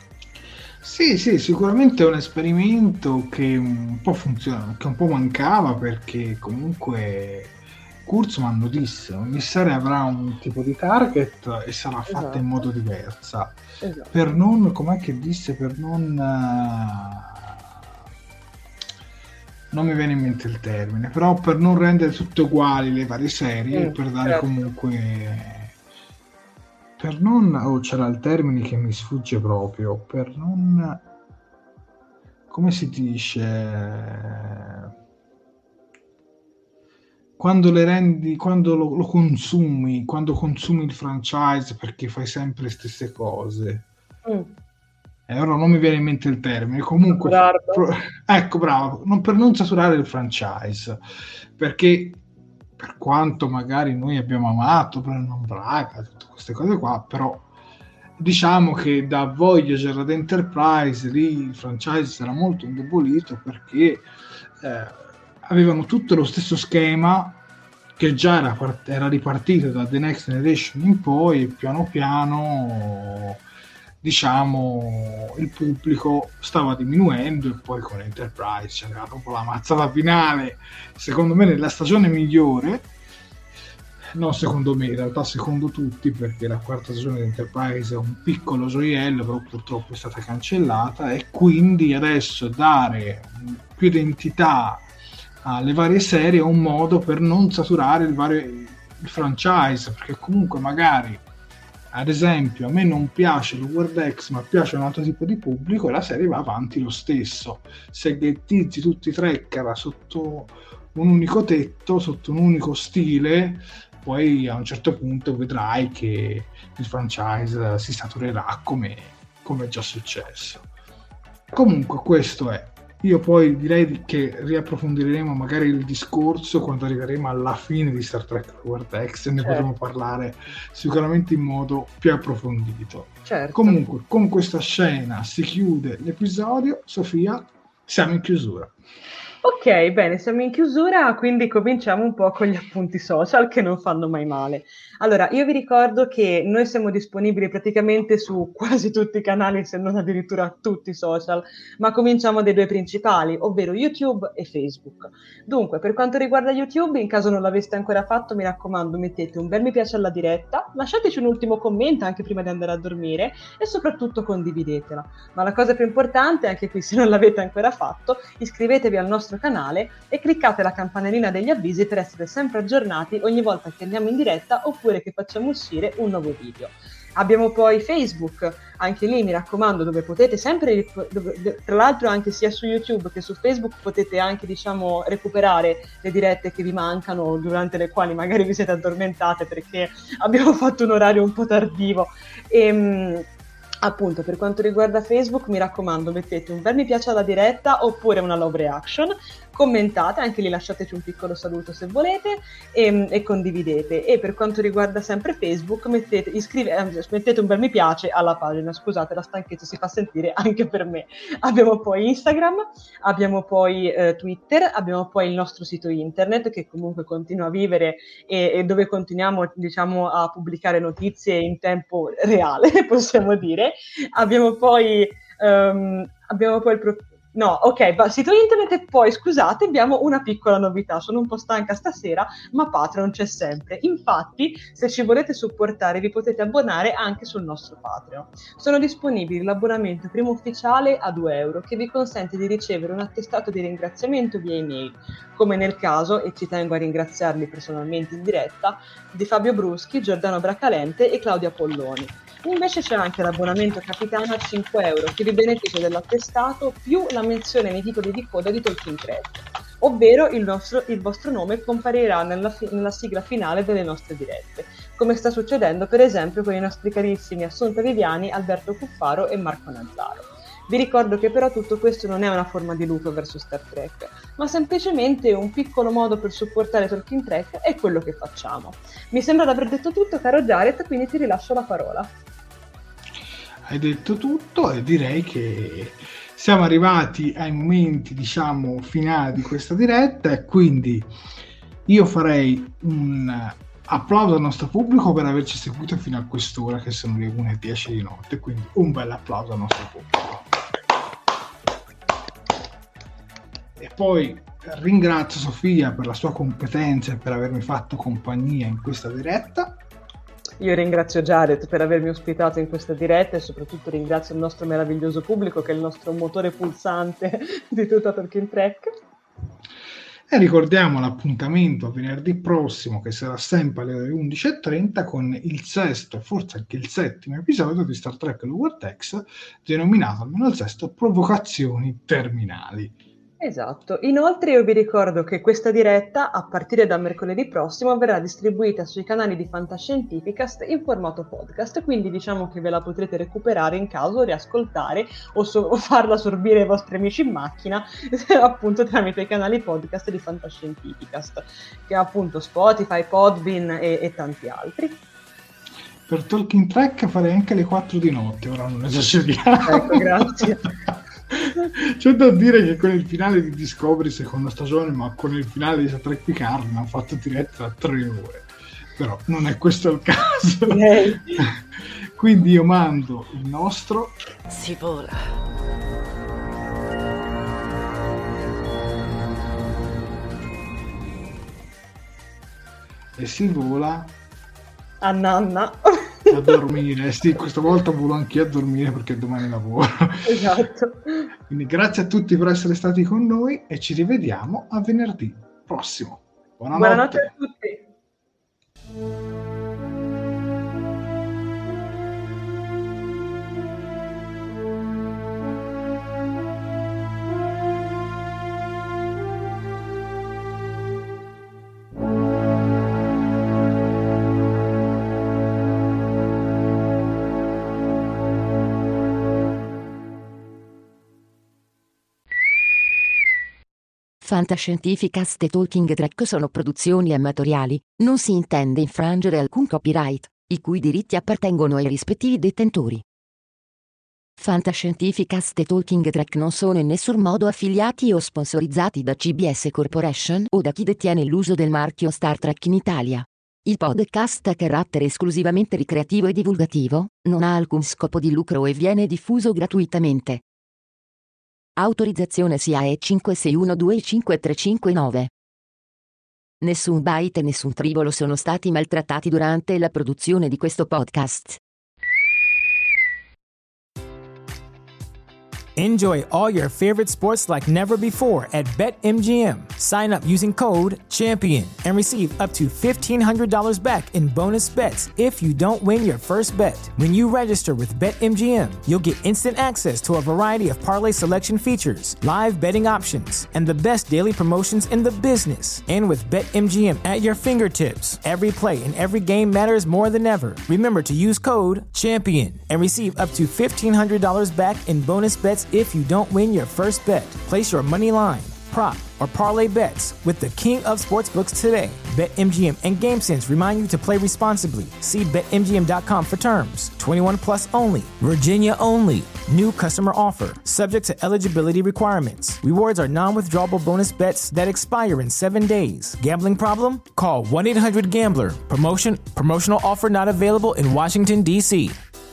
Sì, sicuramente è un esperimento che un po' funziona, che un po' mancava, perché comunque Kurtzman lo disse, ogni serie avrà un tipo di target e sarà fatta in modo diversa. Esatto. Per non, com'è che disse, per non mi viene in mente il termine, però per non rendere tutte uguali le varie serie, per dare certo. comunque... Per non... c'era il termine che mi sfugge proprio. Per non... Come si dice? Quando le rendi... Quando lo consumi, quando consumi il franchise perché fai sempre le stesse cose. E ora non mi viene in mente il termine. Comunque... ecco, bravo. Per non saturare il franchise. Perché... per quanto magari noi abbiamo amato Brandon Braga, tutte queste cose qua, però diciamo che da Voyager ad Enterprise lì il franchise era molto indebolito, perché avevano tutto lo stesso schema che già era ripartito da The Next Generation in poi, e piano piano diciamo il pubblico stava diminuendo, e poi con Enterprise c'era proprio la mazzata finale, secondo me nella stagione migliore, non secondo me, in realtà secondo tutti, perché la quarta stagione di Enterprise è un piccolo gioiello, però purtroppo è stata cancellata, e quindi adesso dare più identità alle varie serie è un modo per non saturare il franchise, perché comunque magari, ad esempio, a me non piace Lower Decks ma piace un altro tipo di pubblico, e la serie va avanti lo stesso. Se ghettizzi tutti i tracker sotto un unico tetto, sotto un unico stile, poi a un certo punto vedrai che il franchise si saturerà, come è già successo. Comunque questo è. Io poi direi che riapprofondiremo magari il discorso quando arriveremo alla fine di Star Trek Lower Decks, e ne potremo parlare sicuramente in modo più approfondito. Certo. Comunque, con questa scena si chiude l'episodio. Sofia, siamo in chiusura. Ok, bene, siamo in chiusura, quindi cominciamo un po' con gli appunti social, che non fanno mai male. Allora, io vi ricordo che noi siamo disponibili praticamente su quasi tutti i canali, se non addirittura tutti i social, ma cominciamo dai due principali, ovvero YouTube e Facebook. Dunque, per quanto riguarda YouTube, in caso non l'aveste ancora fatto, mi raccomando, mettete un bel mi piace alla diretta, lasciateci un ultimo commento anche prima di andare a dormire, e soprattutto condividetela. Ma la cosa più importante, anche qui se non l'avete ancora fatto, iscrivetevi al nostro canale e cliccate la campanellina degli avvisi per essere sempre aggiornati ogni volta che andiamo in diretta oppure che facciamo uscire un nuovo video. Abbiamo poi Facebook, anche lì mi raccomando, dove potete sempre, tra l'altro anche sia su YouTube che su Facebook potete anche diciamo recuperare le dirette che vi mancano, durante le quali magari vi siete addormentate perché abbiamo fatto un orario un po' tardivo. Appunto, per quanto riguarda Facebook, mi raccomando, mettete un bel mi piace alla diretta oppure una love reaction, commentate, anche lì lasciateci un piccolo saluto se volete e condividete. E per quanto riguarda sempre Facebook, mettete un bel mi piace alla pagina. Scusate, la stanchezza si fa sentire anche per me. Abbiamo poi Instagram, abbiamo poi Twitter, abbiamo poi il nostro sito internet che comunque continua a vivere e dove continuiamo diciamo a pubblicare notizie in tempo reale, possiamo dire. Abbiamo poi il sito internet e poi, scusate, abbiamo una piccola novità. Sono un po' stanca stasera, ma Patreon c'è sempre. Infatti, se ci volete supportare, vi potete abbonare anche sul nostro Patreon. Sono disponibili l'abbonamento primo ufficiale a €2, che vi consente di ricevere un attestato di ringraziamento via email, come nel caso, e ci tengo a ringraziarli personalmente in diretta, di Fabio Bruschi, Giordano Bracalente e Claudia Polloni. Invece c'è anche l'abbonamento capitano a €5, che vi beneficia dell'attestato più la menzione nei titoli di coda di Talking Track, ovvero il vostro nome comparirà nella sigla finale delle nostre dirette, come sta succedendo per esempio con i nostri carissimi Assunta Viviani, Alberto Cuffaro e Marco Nazzaro. Vi ricordo che però tutto questo non è una forma di lucro verso Star Trek, ma semplicemente un piccolo modo per supportare Talking Track è quello che facciamo. Mi sembra di aver detto tutto, caro Jared, quindi ti rilascio la parola. Hai detto tutto e direi che siamo arrivati ai momenti, diciamo, finali di questa diretta e quindi io farei un applauso al nostro pubblico per averci seguito fino a quest'ora, che sono le 1:10 di notte, quindi un bel applauso al nostro pubblico. E poi ringrazio Sofia per la sua competenza e per avermi fatto compagnia in questa diretta. Io ringrazio Jared per avermi ospitato in questa diretta e soprattutto ringrazio il nostro meraviglioso pubblico che è il nostro motore pulsante di tutta Talking Track. E ricordiamo l'appuntamento venerdì prossimo, che sarà sempre alle ore 11:30, con il sesto, forse anche il settimo episodio di Star Trek Lower Decks, denominato almeno il sesto Provocazioni Terminali. Esatto. Inoltre io vi ricordo che questa diretta, a partire da mercoledì prossimo, verrà distribuita sui canali di Fantascientificast in formato podcast, quindi diciamo che ve la potrete recuperare in caso, riascoltare o farla sorbire ai vostri amici in macchina, appunto tramite i canali podcast di Fantascientificast, che è appunto Spotify, Podbean e tanti altri. Per Talking Track farei anche le 4 di notte, ora non esageriamo. Ecco, grazie. C'è da dire che con il finale di Discovery seconda stagione, ma con il finale di Star Trek Picard hanno fatto diretta da 3 ore, però non è questo il caso. Okay. Quindi io mando il nostro Si vola. e si vola a nanna a dormire. Sì, questa volta volo anch'io a dormire perché domani lavoro. Esatto. Quindi grazie a tutti per essere stati con noi e ci rivediamo a venerdì prossimo. Buonanotte a tutti. Fantascientificast e Talking Track sono produzioni amatoriali, non si intende infrangere alcun copyright, i cui diritti appartengono ai rispettivi detentori. Fantascientificast e Talking Track non sono in nessun modo affiliati o sponsorizzati da CBS Corporation o da chi detiene l'uso del marchio Star Trek in Italia. Il podcast ha carattere esclusivamente ricreativo e divulgativo, non ha alcun scopo di lucro e viene diffuso gratuitamente. Autorizzazione SIAE 56125359. Nessun byte e nessun tribolo sono stati maltrattati durante la produzione di questo podcast. Enjoy all your favorite sports like never before at BetMGM. Sign up using code CHAMPION and receive up to $1,500 back in bonus bets if you don't win your first bet. When you register with BetMGM, you'll get instant access to a variety of parlay selection features, live betting options, and the best daily promotions in the business. And with BetMGM at your fingertips, every play and every game matters more than ever. Remember to use code CHAMPION and receive up to $1,500 back in bonus bets if you don't win your first bet. Place your money line, prop, or parlay bets with the king of sportsbooks today. BetMGM and GameSense remind you to play responsibly. See BetMGM.com for terms. 21 plus only. Virginia only. New customer offer. Subject to eligibility requirements. Rewards are non-withdrawable bonus bets that expire in 7 days. Gambling problem? Call 1-800-GAMBLER. Promotional offer not available in Washington, D.C.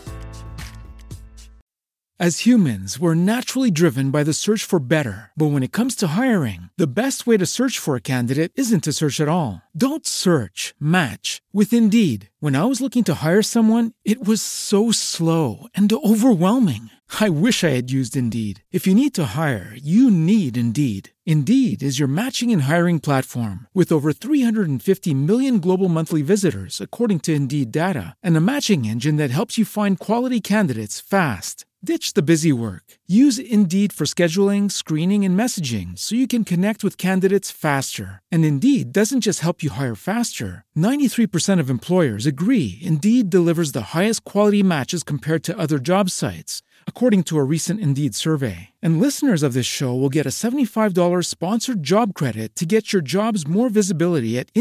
As humans, we're naturally driven by the search for better. But when it comes to hiring, the best way to search for a candidate isn't to search at all. Don't search, match with Indeed. When I was looking to hire someone, it was so slow and overwhelming. I wish I had used Indeed. If you need to hire, you need Indeed. Indeed is your matching and hiring platform with over 350 million global monthly visitors, according to Indeed data, and a matching engine that helps you find quality candidates fast. Ditch the busy work. Use Indeed for scheduling, screening, and messaging so you can connect with candidates faster. And Indeed doesn't just help you hire faster. 93% of employers agree Indeed delivers the highest quality matches compared to other job sites, according to a recent Indeed survey. And listeners of this show will get a $75 sponsored job credit to get your jobs more visibility at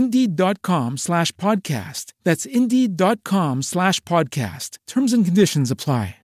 Indeed.com/podcast. That's Indeed.com/podcast. Terms and conditions apply.